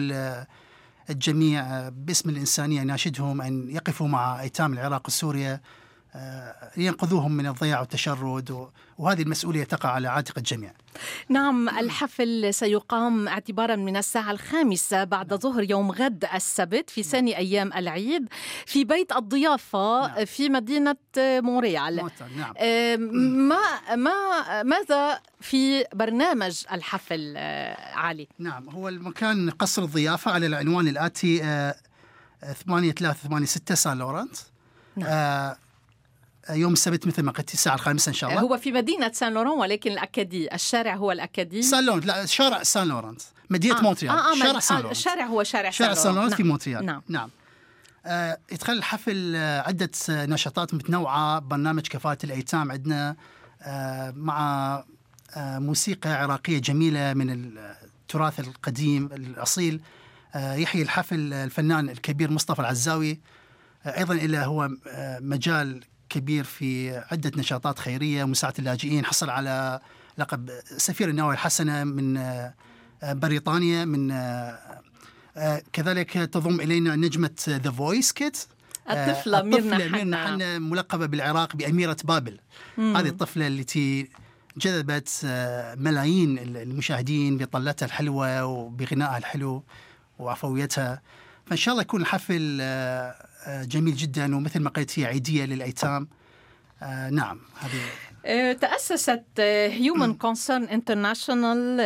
الجميع باسم الإنسانية ناشدهم أن يقفوا مع أيتام العراق وسوريا لينقذوهم من الضياع والتشرد، وهذه المسؤولية تقع على عاتق الجميع. نعم، الحفل سيقام اعتبارا من الساعة 5 بعد ظهر يوم غد السبت في ثاني أيام العيد في بيت الضيافة في مدينة مونريال. نعم. ماذا في برنامج الحفل علي؟ نعم، هو المكان قصر الضيافة على العنوان الآتي 8386 سان لورانت. نعم. يوم السبت مثل ما قلت الساعة 5 إن شاء الله. هو في مدينة سان لوران، ولكن الأكادي، الشارع هو الأكادي. سان لورانت، لا، شارع سان لورانت، مدينة مونتريال. شارع سان لورانت. الشارع هو شارع سان لورانت. نعم. في مونتريال. نعم. يدخل الحفل عدة نشاطات متنوعة. برنامج كفالة الأيتام عندنا مع موسيقى عراقية جميلة من التراث القديم الأصيل. يحيي الحفل الفنان الكبير مصطفى العزاوي، أيضا إلا هو مجال كبير في عدة نشاطات خيرية ومساعدة اللاجئين. حصل على لقب سفير النوايا الحسنة من بريطانيا. من كذلك تضم إلينا نجمة The Voice Kids، الطفلة ميرنا حنا ملقبة بالعراق بأميرة بابل. هذه الطفلة التي جذبت ملايين المشاهدين بطلتها الحلوة وبغنائها الحلو وعفويتها. فإن شاء الله يكون الحفل جميل جدا، ومثل ما قلت هي عيدية للأيتام. نعم. هذه تأسست Human Concern International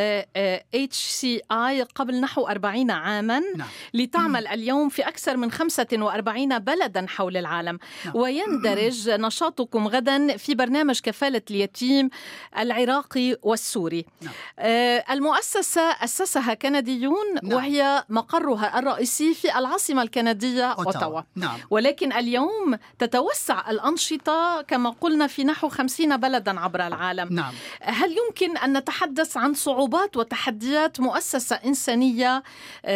HCI قبل نحو 40 عاما. نعم. لتعمل اليوم في أكثر من 45 بلدا حول العالم. نعم. ويندرج نشاطكم غدا في برنامج كفالة اليتيم العراقي والسوري. نعم. المؤسسة أسسها كنديون. نعم. وهي مقرها الرئيسي في العاصمة الكندية أوتاوا. نعم. ولكن اليوم تتوسع الأنشطة كما قلنا في نحو 50 بلدا عبر العالم. نعم. هل يمكن أن نتحدث عن صعوبات وتحديات مؤسسة إنسانية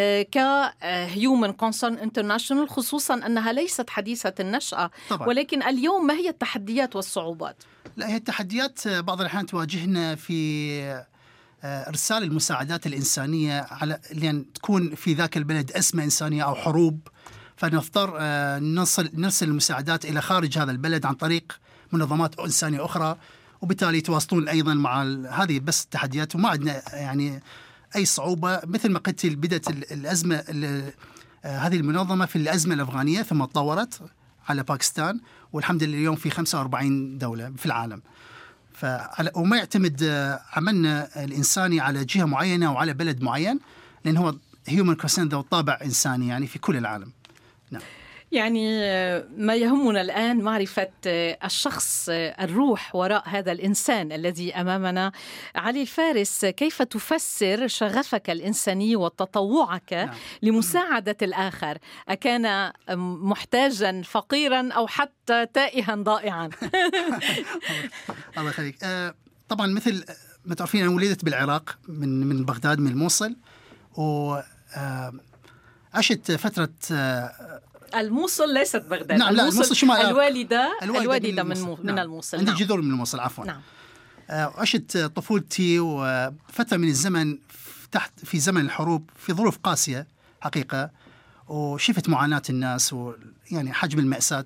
كهيومن كونسرن انترناشونال، خصوصا أنها ليست حديثة النشأة طبعا. ولكن اليوم ما هي التحديات والصعوبات؟ لا، هي التحديات بعض الأحيان تواجهنا في إرسال المساعدات الإنسانية على لأن تكون في ذاك البلد أزمة إنسانية أو حروب، فنضطر نرسل المساعدات إلى خارج هذا البلد عن طريق منظمات إنسانية أخرى، وبالتالي يتواصلون أيضا مع هذه بس التحديات. وما عندنا يعني أي صعوبة. مثل ما قلت بدأت الأزمة هذه المنظمة في الأزمة الأفغانية، ثم تطورت على باكستان، والحمد لله اليوم في 45 دولة في العالم. وما يعتمد عملنا الإنساني على جهة معينة أو على بلد معين، لأن هو هيومن كونسرن ذو طابع إنساني يعني في كل العالم. نعم. يعني ما يهمنا الآن معرفة الشخص، الروح وراء هذا الإنسان الذي أمامنا. علي الفارس، كيف تفسر شغفك الإنساني وتطوعك نعم. لمساعدة الآخر؟ أكان محتاجا فقيرا أو حتى تائها ضائعا؟ الله يخليك. طبعا مثل ما تعرفين أنا ولدت بالعراق من بغداد، من الموصل، وعشت فترة الموصل ليست بغداد. نعم. الموصل شمال. الوالدة من نعم. الموصل. عندي نعم. جذور من الموصل عفوا. نعم. عشت طفولتي وفترة من الزمن تحت في زمن الحروب في ظروف قاسية حقيقة، وشفت معاناة الناس ويعني حجم المأساة.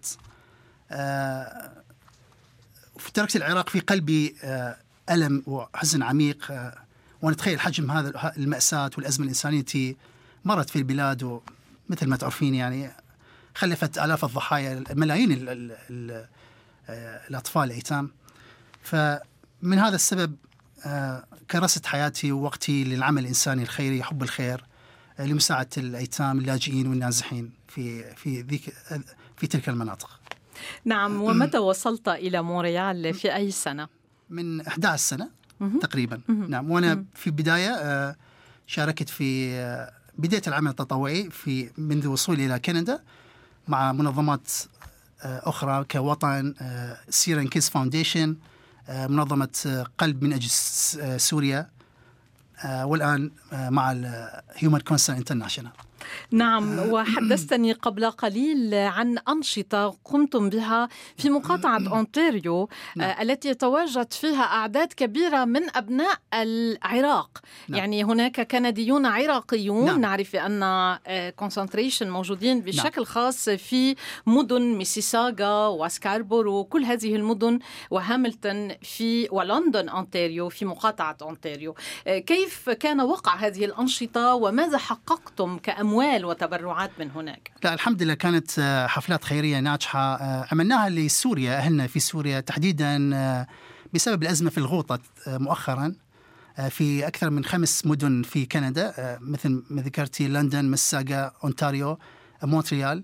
تركت العراق في قلبي ألم وحزن عميق، ونتخيل حجم هذا المأساة والأزمة الإنسانية التي مرت في البلاد، ومثل ما تعرفين يعني خلفت آلاف الضحايا، ملايين الأطفال الأيتام. فمن هذا السبب كرست حياتي ووقتي للعمل الإنساني الخيري، حب الخير، لمساعدة الأيتام اللاجئين والنازحين في تلك المناطق. نعم. ومتى وصلت إلى مونريال؟ في أي سنة؟ من 11 سنة تقريبا. نعم. وأنا في البداية شاركت في بداية العمل التطوعي منذ وصولي إلى كندا مع منظمات أخرى كوطن، سيرن كيز فاونديشن، منظمة قلب من أجل سوريا، والآن مع هيومن كونسرن انترناشونال. نعم. وحدثتني قبل قليل عن أنشطة قمتم بها في مقاطعة أونتاريو. نعم. التي يتواجد فيها أعداد كبيرة من أبناء العراق. نعم. يعني هناك كنديون عراقيون. نعم. نعرف أن كونسنتريشن موجودين بشكل خاص في مدن ميسيساغا وسكاربورو وكل هذه المدن، وهاملتون ولندن أونتاريو في مقاطعة أونتاريو. كيف كان وقع هذه الأنشطة وماذا حققتم كأموال وتبرعات من هناك؟ لا، الحمد لله كانت حفلات خيرية ناجحة عملناها لسوريا، أهلنا في سوريا تحديدا بسبب الأزمة في الغوطة مؤخرا في أكثر من 5 مدن في كندا، مثل ما ذكرتي لندن، ميسيساغا، أونتاريو، مونتريال،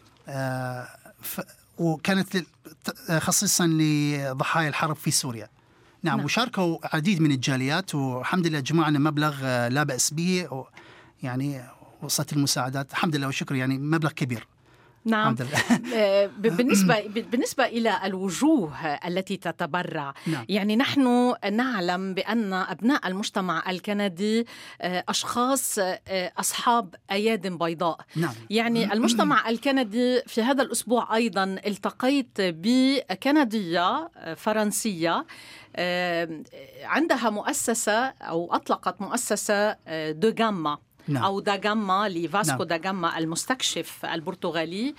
وكانت خصيصا لضحايا الحرب في سوريا. نعم. وشاركوا عديد من الجاليات، والحمد لله جمعنا مبلغ لا بأس به، يعني وصلت المساعدات الحمد لله والشكر، يعني مبلغ كبير نعم. بالنسبة إلى الوجوه التي تتبرع، نعم. يعني نحن نعلم بأن أبناء المجتمع الكندي أشخاص أصحاب أياد بيضاء، نعم. يعني المجتمع الكندي في هذا الأسبوع أيضا التقيت بكندية فرنسية عندها مؤسسة أو أطلقت مؤسسة دو جاما، نعم. أو دا جاما لفاسكو، نعم. دا جاما المستكشف البرتغالي.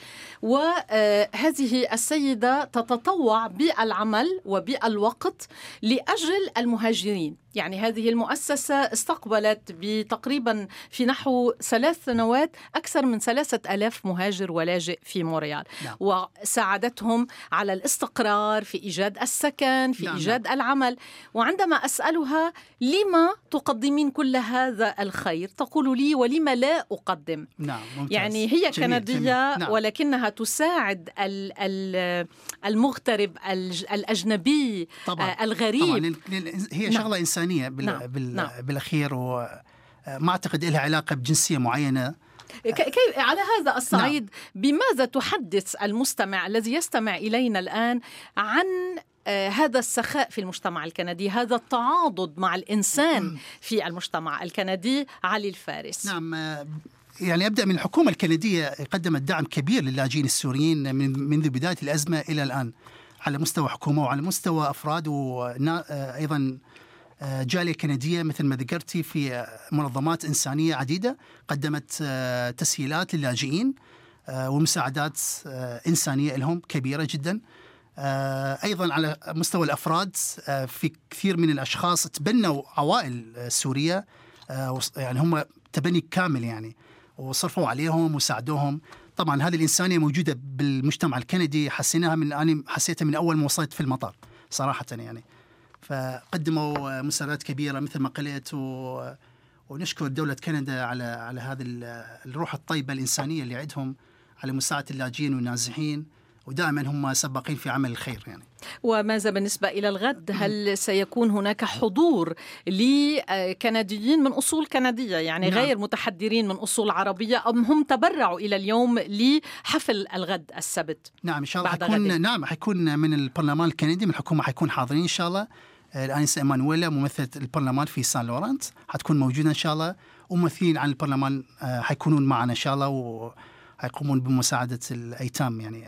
وهذه السيدة تتطوع بالعمل وبالوقت لأجل المهاجرين. يعني هذه المؤسسة استقبلت بتقريبا في نحو 3 سنوات أكثر من 3000 مهاجر ولاجئ في مونريال، نعم. وساعدتهم على الاستقرار، في إيجاد السكن، في نعم. إيجاد العمل. وعندما أسألها لما تقدمين كل هذا الخير، تقول لي ولما لا أقدم. نعم. يعني هي كندية، نعم. ولكنها تساعد المغترب الأجنبي طبعا. الغريب. طبعا هي نعم. شغلة إنسانية بالأخير، وما أعتقد لها علاقة بجنسية معينة. على هذا الصعيد، نعم. بماذا تحدث المستمع الذي يستمع إلينا الآن عن هذا السخاء في المجتمع الكندي، هذا التعاضد مع الإنسان في المجتمع الكندي؟ علي الفارس. نعم، يعني أبدأ من الحكومة الكندية قدمت دعم كبير للاجئين السوريين منذ بداية الأزمة إلى الآن، على مستوى حكومة وعلى مستوى أفراد، وأيضا جالية كندية مثل ما ذكرتي في منظمات إنسانية عديدة قدمت تسهيلات للاجئين ومساعدات إنسانية لهم كبيرة جدا. أيضا على مستوى الأفراد، في كثير من الأشخاص تبنوا عوائل سورية، يعني هم تبني كامل يعني، وصرفوا عليهم وساعدوهم. طبعا هذه الإنسانية موجودة بالمجتمع الكندي، أنا حسيتها من أول ما وصلت في المطار صراحة يعني. فقدموا مساعدات كبيرة مثل ما قلت، ونشكر دولة كندا على هذه الروح الطيبة الإنسانية اللي عندهم على مساعدة اللاجئين والنازحين، ودائما هم سباقين في عمل الخير يعني. وماذا بالنسبة إلى الغد؟ هل سيكون هناك حضور لكنديين من أصول كندية، يعني نعم. غير متحدرين من أصول عربية، أم هم تبرعوا إلى اليوم لحفل الغد السبت؟ نعم إن شاء الله حيكون من البرلمان الكندي، من الحكومة حيكون حاضرين إن شاء الله. الآنسة إيمانويلا ممثلة البرلمان في سان لورانت حتكون موجودة إن شاء الله، وممثلين عن البرلمان حيكونون معنا إن شاء الله، وحيقومون بمساعدة الأيتام يعني.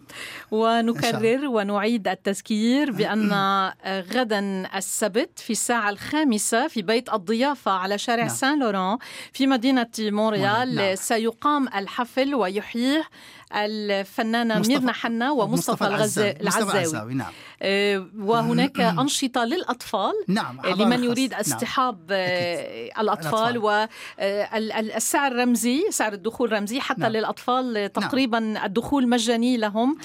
ونكرر ونعيد التذكير بأن غدا السبت في الساعة 5 في بيت الضيافة على شارع نعم. سان لوران في مدينة مونريال نعم. سيقام الحفل ويحييه الفنانة ميرنا حنا ومصطفى العزاوي. نعم. وهناك أنشطة للأطفال نعم. لمن يريد اصطحاب الأطفال، والسعر رمزي، سعر الدخول رمزي حتى نعم. للأطفال تقريبا نعم. الدخول مجاني لهم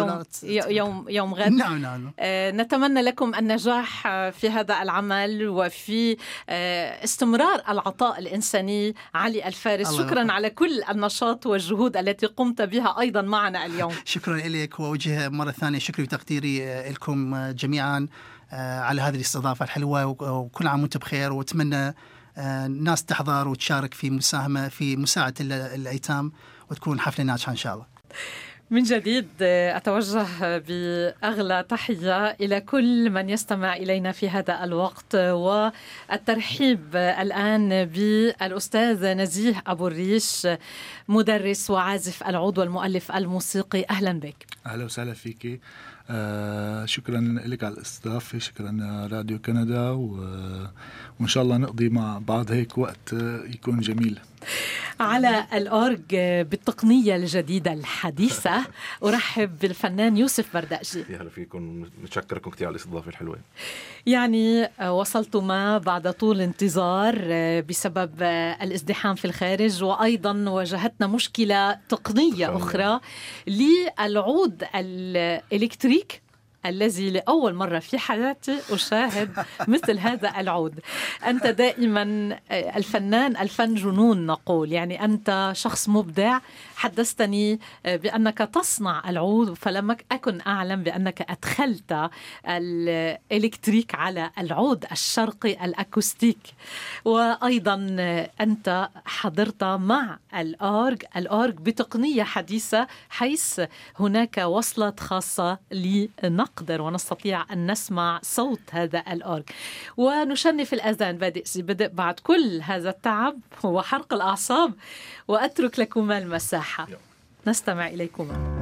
يوم غد. نعم. نتمنى لكم النجاح في هذا العمل وفي استمرار العطاء الإنساني. علي الفارس، شكرا على كل النشاط والجهود التي قمت بها أيضا معنا اليوم. شكرا لك، ووجه مرة ثانية شكري وتقديري لكم جميعا على هذه الاستضافة الحلوة، وكل عام وانتم بخير، واتمنى الناس تحضر وتشارك في مساعدة الأيتام، وتكون حفلة ناجحة إن شاء الله. من جديد أتوجه بأغلى تحية إلى كل من يستمع إلينا في هذا الوقت، والترحيب الآن بالأستاذ نزيه أبو الريش، مدرس وعازف العود والمؤلف الموسيقي. أهلا بك. أهلا وسهلا فيك. شكرا لك على الاستضافة، شكرا راديو كندا، وإن شاء الله نقضي مع بعض هيك وقت يكون جميل. على الأورج بالتقنية الجديدة الحديثة أرحب بالفنان يوسف بردقجي. أهلا فيكم، متشكركم كثير على الاستضافة الحلوة. يعني وصلتما بعد طول انتظار بسبب الازدحام في الخارج، وأيضا واجهتنا مشكلة تقنية أخرى للعود الإلكتريك الذي لأول مرة في حياتي أشاهد مثل هذا العود. أنت دائما الفن جنون نقول، يعني أنت شخص مبدع، حدثتني بأنك تصنع العود، فلم أكن أعلم بأنك أدخلت الإلكتريك على العود الشرقي الأكوستيك. وأيضا أنت حضرت مع الأورج بتقنية حديثة، حيث هناك وصلة خاصة لنقدر ونستطيع أن نسمع صوت هذا الأورج. ونشنف الأذان بدء بعد كل هذا التعب وحرق الأعصاب، وأترك لكما المساحة. نستمع إليكما.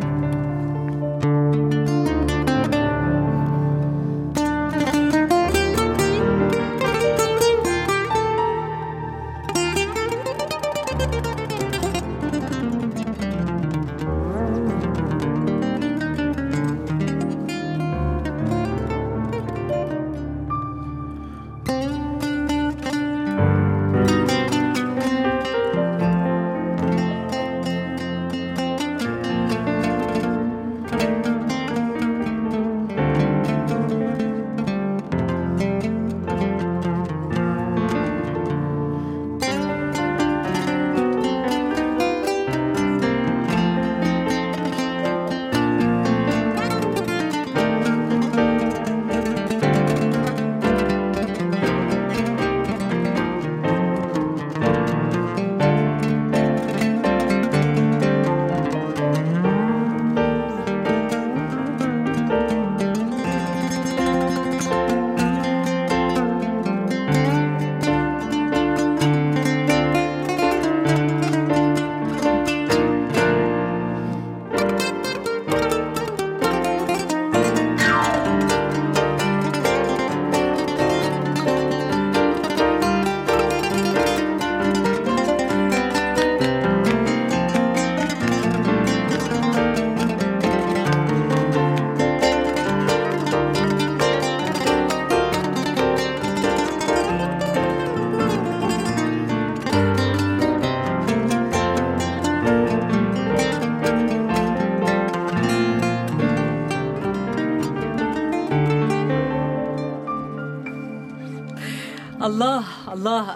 الله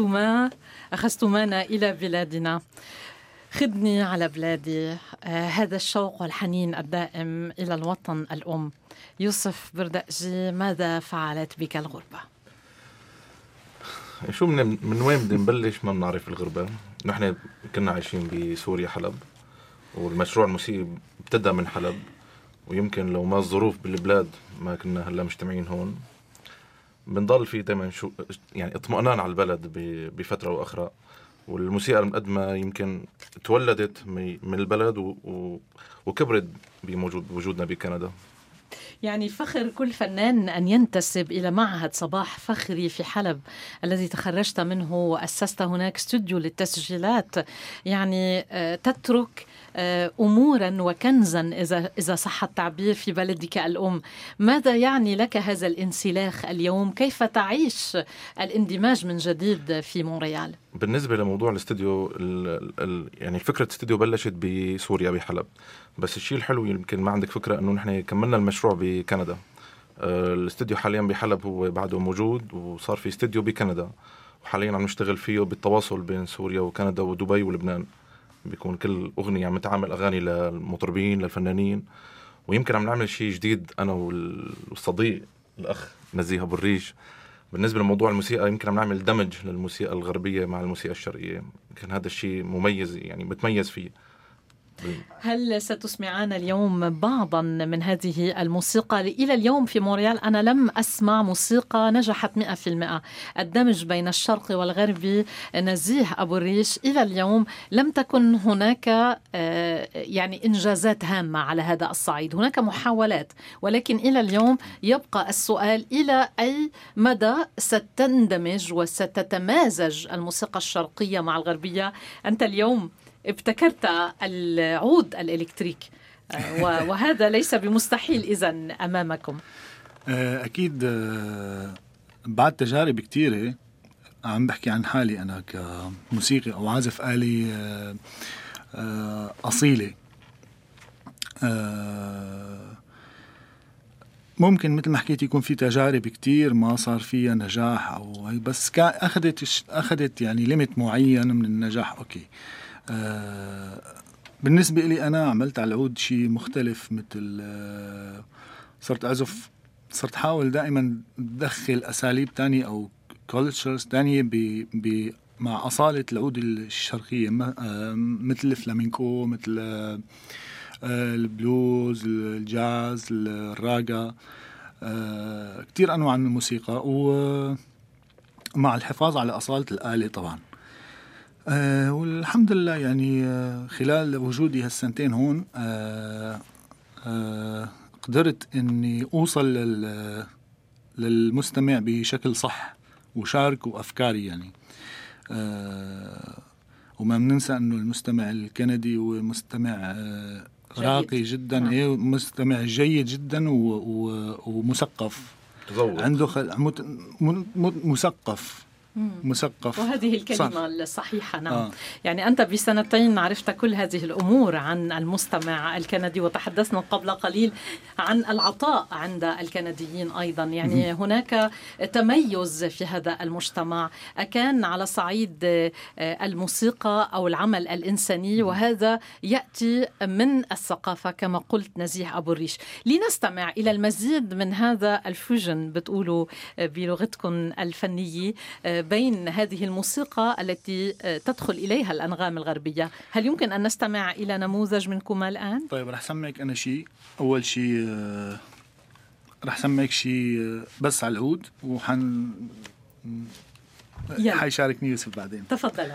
أخذتمانا إلى بلادنا. خذني على بلادي، هذا الشوق والحنين الدائم إلى الوطن الأم. يوسف بردقجي، ماذا فعلت بك الغربة؟ شو من وين بدنا نبلش؟ ما بنعرف الغربة. نحن كنا عايشين بسوريا حلب، والمشروع الموسيقي ابتدى من حلب، ويمكن لو ما الظروف بالبلاد ما كنا هلا مجتمعين هون. بنضل في دائما يعني اطمئنان على البلد بفترة وأخرى، والموسيقى المقدمة يمكن تولدت من البلد وكبرت بوجودنا بكندا. يعني فخر كل فنان أن ينتسب إلى معهد صباح فخري في حلب الذي تخرجت منه وأسست هناك استوديو للتسجيلات. يعني تترك أمورا وكنزا إذا صح التعبير في بلدك الأم. ماذا يعني لك هذا الانسلاخ اليوم؟ كيف تعيش الاندماج من جديد في مونريال؟ بالنسبة لموضوع الاستوديو، يعني فكرة الاستوديو بلشت بسوريا بحلب، بس الشيء الحلو يمكن ما عندك فكرة أنه نحن كملنا المشروع بكندا. الاستوديو حاليا بحلب هو بعده موجود، وصار في استوديو بكندا، وحاليا عم نشتغل فيه بالتواصل بين سوريا وكندا ودبي ولبنان. بيكون كل أغنية عم تعمل أغاني للمطربين للفنانين. ويمكن عم نعمل شيء جديد أنا والصديق الأخ نزيه أبو الريش. بالنسبة لموضوع الموسيقى، يمكن عم نعمل دمج للموسيقى الغربية مع الموسيقى الشرقية. يمكن هذا الشيء مميز، يعني متميز فيه. هل ستسمعنا اليوم بعضا من هذه الموسيقى؟ إلى اليوم في مونريال أنا لم أسمع موسيقى نجحت 100%. الدمج بين الشرقي والغربي، نزيه أبو الريش، إلى اليوم لم تكن هناك يعني إنجازات هامة على هذا الصعيد. هناك محاولات، ولكن إلى اليوم يبقى السؤال إلى أي مدى ستندمج وستتمازج الموسيقى الشرقية مع الغربية. أنت اليوم ابتكرت العود الإلكتريك، وهذا ليس بمستحيل إذن أمامكم. أكيد بعد تجارب كتيرة. عم بحكي عن حالي أنا كموسيقي أو عازف آلي أصيلة. ممكن مثل ما حكيت يكون في تجارب كتير ما صار فيها نجاح، أو بس أخذت يعني ليميت معين من النجاح. أوكي، بالنسبة لي أنا عملت على العود شيء مختلف، مثل صرت أعزف، صرت حاول دائما أدخل أساليب تانية أو كولتشرز تانية مع أصالة العود الشرقية، مثل الفلامينكو، مثل البلوز، الجاز، الراجا، كتير أنواع من الموسيقى، ومع الحفاظ على أصالة الآلة طبعا. والحمد لله يعني خلال وجودي هالسنتين هون قدرت أني أوصل للمستمع بشكل صح وشارك أفكاري يعني. وما بننسى أنه المستمع الكندي هو مستمع راقي جدا، مستمع جيد جدا ومثقف، عنده مثقف، وهذه الكلمة الصحيحة. نعم. يعني أنت بسنتين عرفت كل هذه الأمور عن المستمع الكندي، وتحدثنا قبل قليل عن العطاء عند الكنديين أيضا. يعني هناك تميز في هذا المجتمع، أكان على صعيد الموسيقى أو العمل الإنساني، وهذا يأتي من الثقافة كما قلت نزيه أبو الريش. لنستمع إلى المزيد من هذا الفوجن بتقولوا بلغتكم الفنية بين هذه الموسيقى التي تدخل إليها الأنغام الغربية. هل يمكن أن نستمع إلى نموذج منكما الآن؟ طيب رح سمعك أنا شيء. أول شيء رح سمعك شيء بس على العود، حيشاركني يوسف بعدين. تفضل.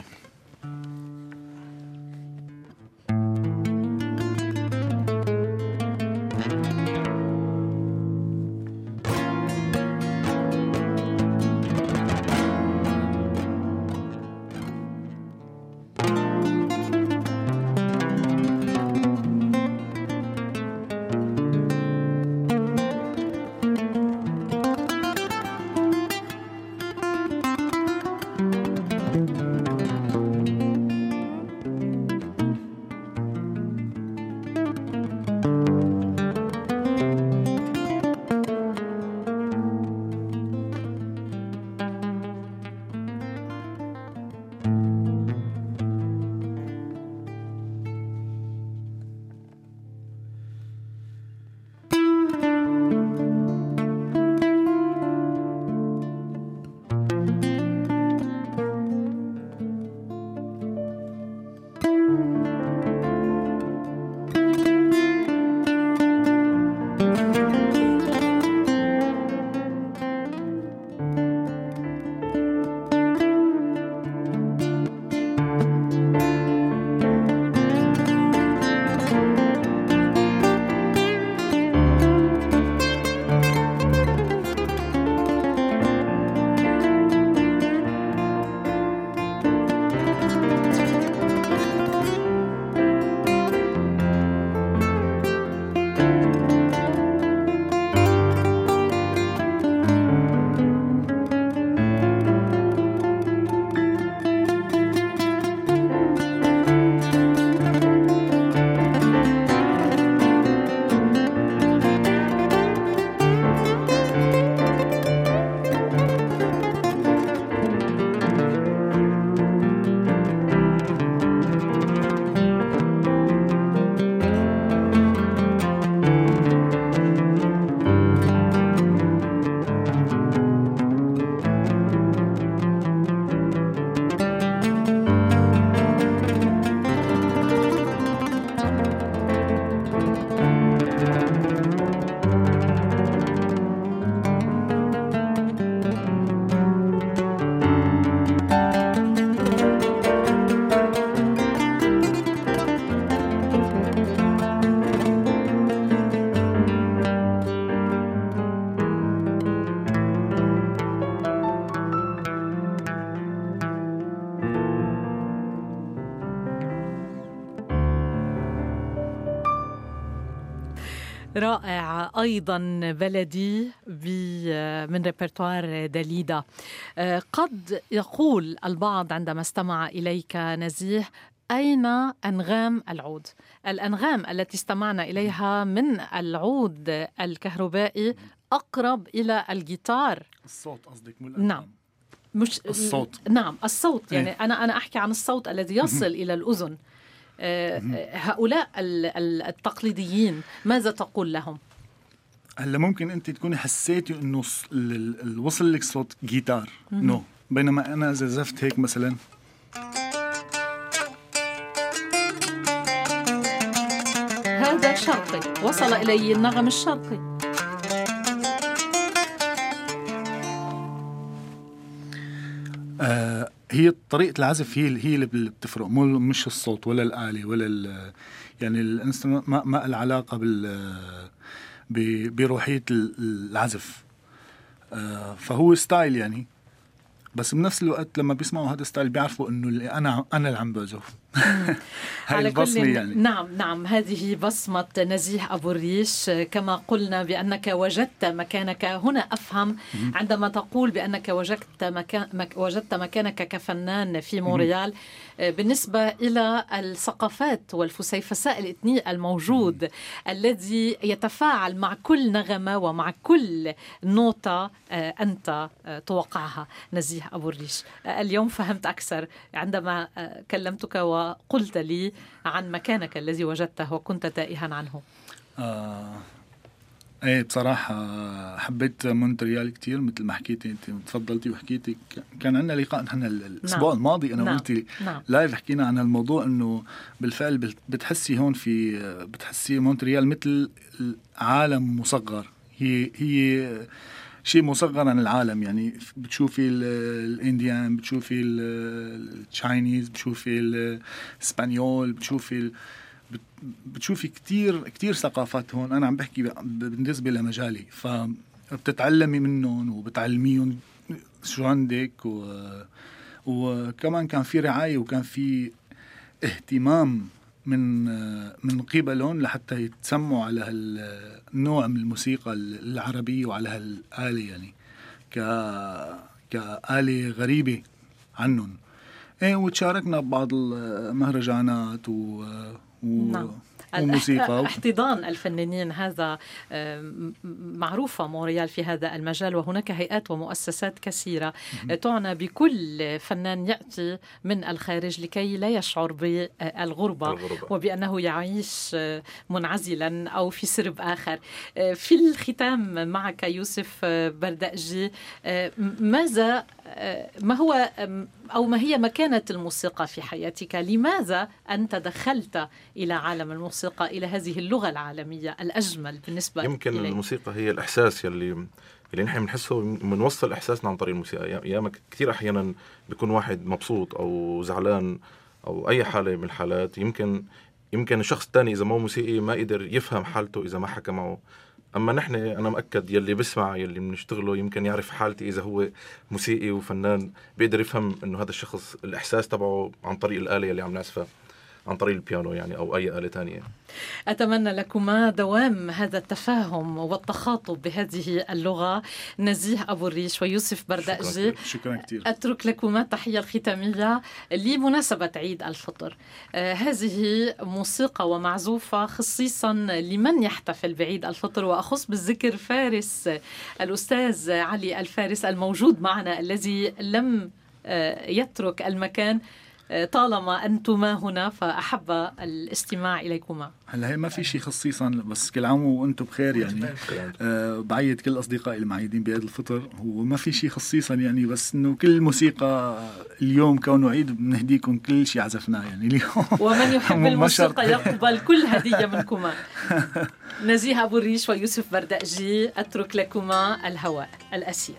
رائع أيضا بلدي من ريبرتوار داليدا. قد يقول البعض عندما استمع إليك نزيه: أين أنغام العود؟ الأنغام التي استمعنا إليها من العود الكهربائي أقرب إلى الجيتار. الصوت قصدك؟ نعم. مش الصوت. نعم الصوت، يعني أنا أحكي عن الصوت الذي يصل إلى الأذن. هؤلاء التقليديين ماذا تقول لهم؟ هلا ممكن أنت تكوني حسيتي إنه وصل لك صوت جيتار نو، بينما أنا زفت هيك مثلا هذا شرقي، وصل إلي النغم الشرقي. هي طريقة العزف هي اللي بتفرق، مش الصوت ولا الآلة ولا يعني الانسترومنت ما العلاقة بروحية العزف. فهو ستايل يعني، بس بنفس الوقت لما بيسمعوا هذا الستايل بيعرفوا انه اللي انا اللي عم بعزف. هاي البصمة يعني. نعم هذه بصمة نزيه أبو الريش. كما قلنا بأنك وجدت مكانك هنا، أفهم عندما تقول بأنك وجدت مكانك كفنان في مونريال. بالنسبة إلى الثقافات والفسيفساء الإثني الموجود الذي يتفاعل مع كل نغمة ومع كل نوتة أنت توقعها نزيه أبو الريش. اليوم فهمت أكثر عندما كلمتك وقلت لي عن مكانك الذي وجدته وكنت تائها عنه. ايه بصراحة حبيت مونتريال كتير، مثل ما حكيتي انت تفضلتي وحكيتي. كان عندنا لقاء نحن الاسبوع الماضي انا وانت لايف حكينا عن الموضوع، انه بالفعل بتحسي هون بتحسي مونتريال مثل عالم مصغر. هي شيء مصغر عن العالم، يعني بتشوفي الانديان، بتشوفي التشاينيز، بتشوفي الاسبانيول، بتشوفي كتير ثقافات هون. أنا عم بحكي بالنسبة لمجالي، فبتتعلمي منهم وبتعلميهم شو عندك. وكمان كان في رعاية وكان في اهتمام من قبلهم لحتى يتسموا على هالنوع من الموسيقى العربية وعلى هالآلة، يعني كآلة غريبة عنهم. وتشاركنا ببعض المهرجانات نعم. وموسيقى. احتضان الفنانين هذا معروفة مونريال في هذا المجال، وهناك هيئات ومؤسسات كثيرة تعنى بكل فنان يأتي من الخارج لكي لا يشعر بالغربة وبأنه يعيش منعزلا أو في سرب آخر. في الختام معك يوسف بردأجي، ما هي مكانة الموسيقى في حياتك؟ لماذا أنت دخلت إلى عالم الموسيقى، إلى هذه اللغة العالمية الأجمل بالنسبة يمكن إليه؟ الموسيقى هي الإحساس اللي نحن بنحسه، بنوصل إحساسنا عن طريق الموسيقى. ياما كثير أحيانا بيكون واحد مبسوط أو زعلان أو أي حالة من الحالات، يمكن الشخص الثاني إذا ما هو موسيقي ما قدر يفهم حالته إذا ما حكى معه. أما نحن أنا مأكد يلي بسمع يلي بنشتغله يمكن يعرف حالتي إذا هو موسيقي وفنان، بيقدر يفهم إنه هذا الشخص الإحساس تبعه عن طريق الآلة اللي عم نعزفها، عن طريق البيانو يعني أو أي آلة تانية. أتمنى لكما دوام هذا التفاهم والتخاطب بهذه اللغة. نزيه أبو الريش ويوسف بردأجي، شكرا كتير. أترك لكما التحية الختامية لمناسبة عيد الفطر. هذه موسيقى ومعزوفة خصيصا لمن يحتفل بعيد الفطر، وأخص بالذكر فارس الأستاذ علي الفارس الموجود معنا، الذي لم يترك المكان طالما أنتما هنا، فأحب الاستماع إليكما. هلا هي ما في شيء خصيصا، بس كل عام وأنتم بخير يعني. بعيد كل أصدقائي المعيدين بعيد الفطر، وما في شيء خصيصا يعني، بس إنه كل موسيقى اليوم كونه عيد بنهديكم كل شيء عزفناه يعني اليوم. ومن يحب الموسيقى يقبل كل هدية منكما. نزيه أبو الريش ويوسف بردأجي، أترك لكما الهواء الأسير.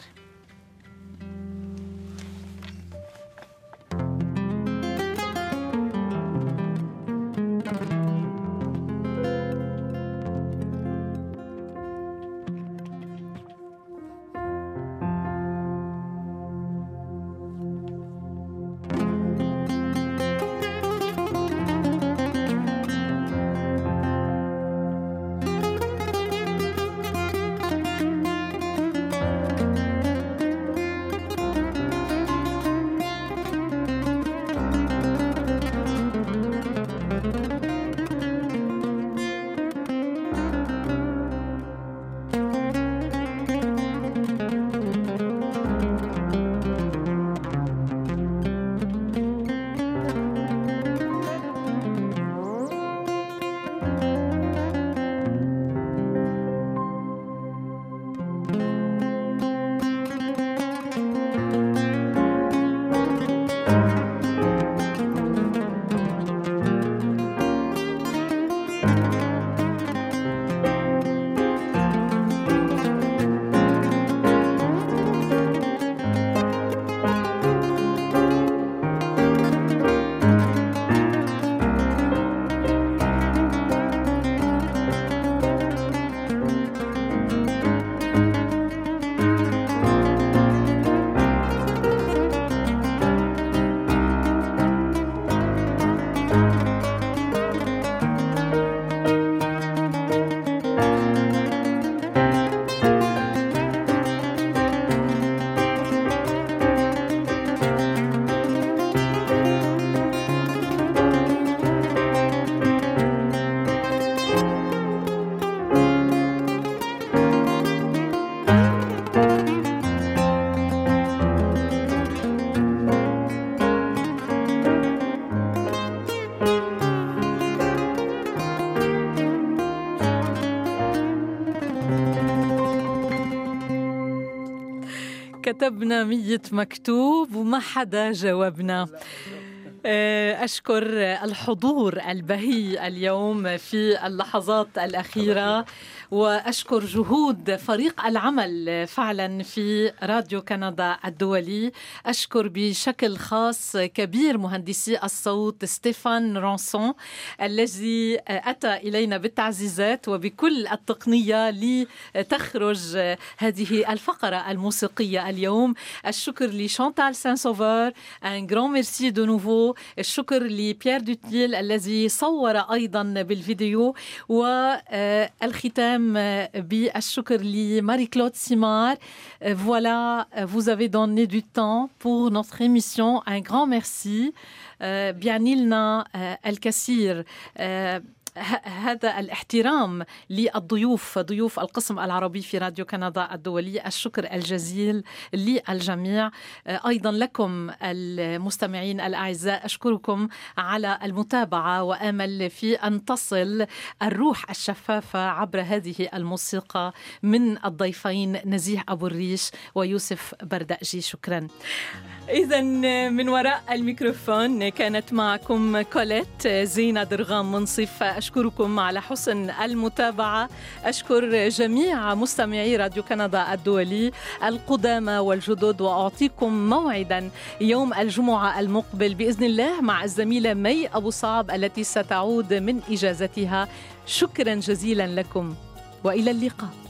كتبنا 100 مكتوب وما حدا جاوبنا. أشكر الحضور البهي اليوم في اللحظات الأخيرة، وأشكر جهود فريق العمل فعلا في راديو كندا الدولي. أشكر بشكل خاص كبير مهندسي الصوت ستيفان رانسون الذي أتى إلينا بالتعزيزات وبكل التقنية لتخرج هذه الفقرة الموسيقية اليوم. الشكر لشانتال سان-سوفور، un grand merci de nouveau. الشكر لبيير دوتيل الذي صور أيضا بالفيديو، والختام بالشكر لماري-كلود سيمار. Voilà, vous avez donné du temps pour notre émission. Un grand merci. بيعنيلنا الكثير هذا الاحترام للضيوف، ضيوف القسم العربي في راديو كندا الدولي. الشكر الجزيل للجميع، أيضا لكم المستمعين الأعزاء. أشكركم على المتابعة، وآمل في أن تصل الروح الشفافة عبر هذه الموسيقى من الضيفين نزيه أبو الريش ويوسف بردأجي. شكرا. إذن من وراء الميكروفون كانت معكم كوليت زينة درغام منصف. أشكركم على حسن المتابعة. أشكر جميع مستمعي راديو كندا الدولي القدامى والجدد، وأعطيكم موعدا يوم الجمعة المقبل بإذن الله مع الزميلة مي أبو صعب التي ستعود من إجازتها. شكرا جزيلا لكم وإلى اللقاء.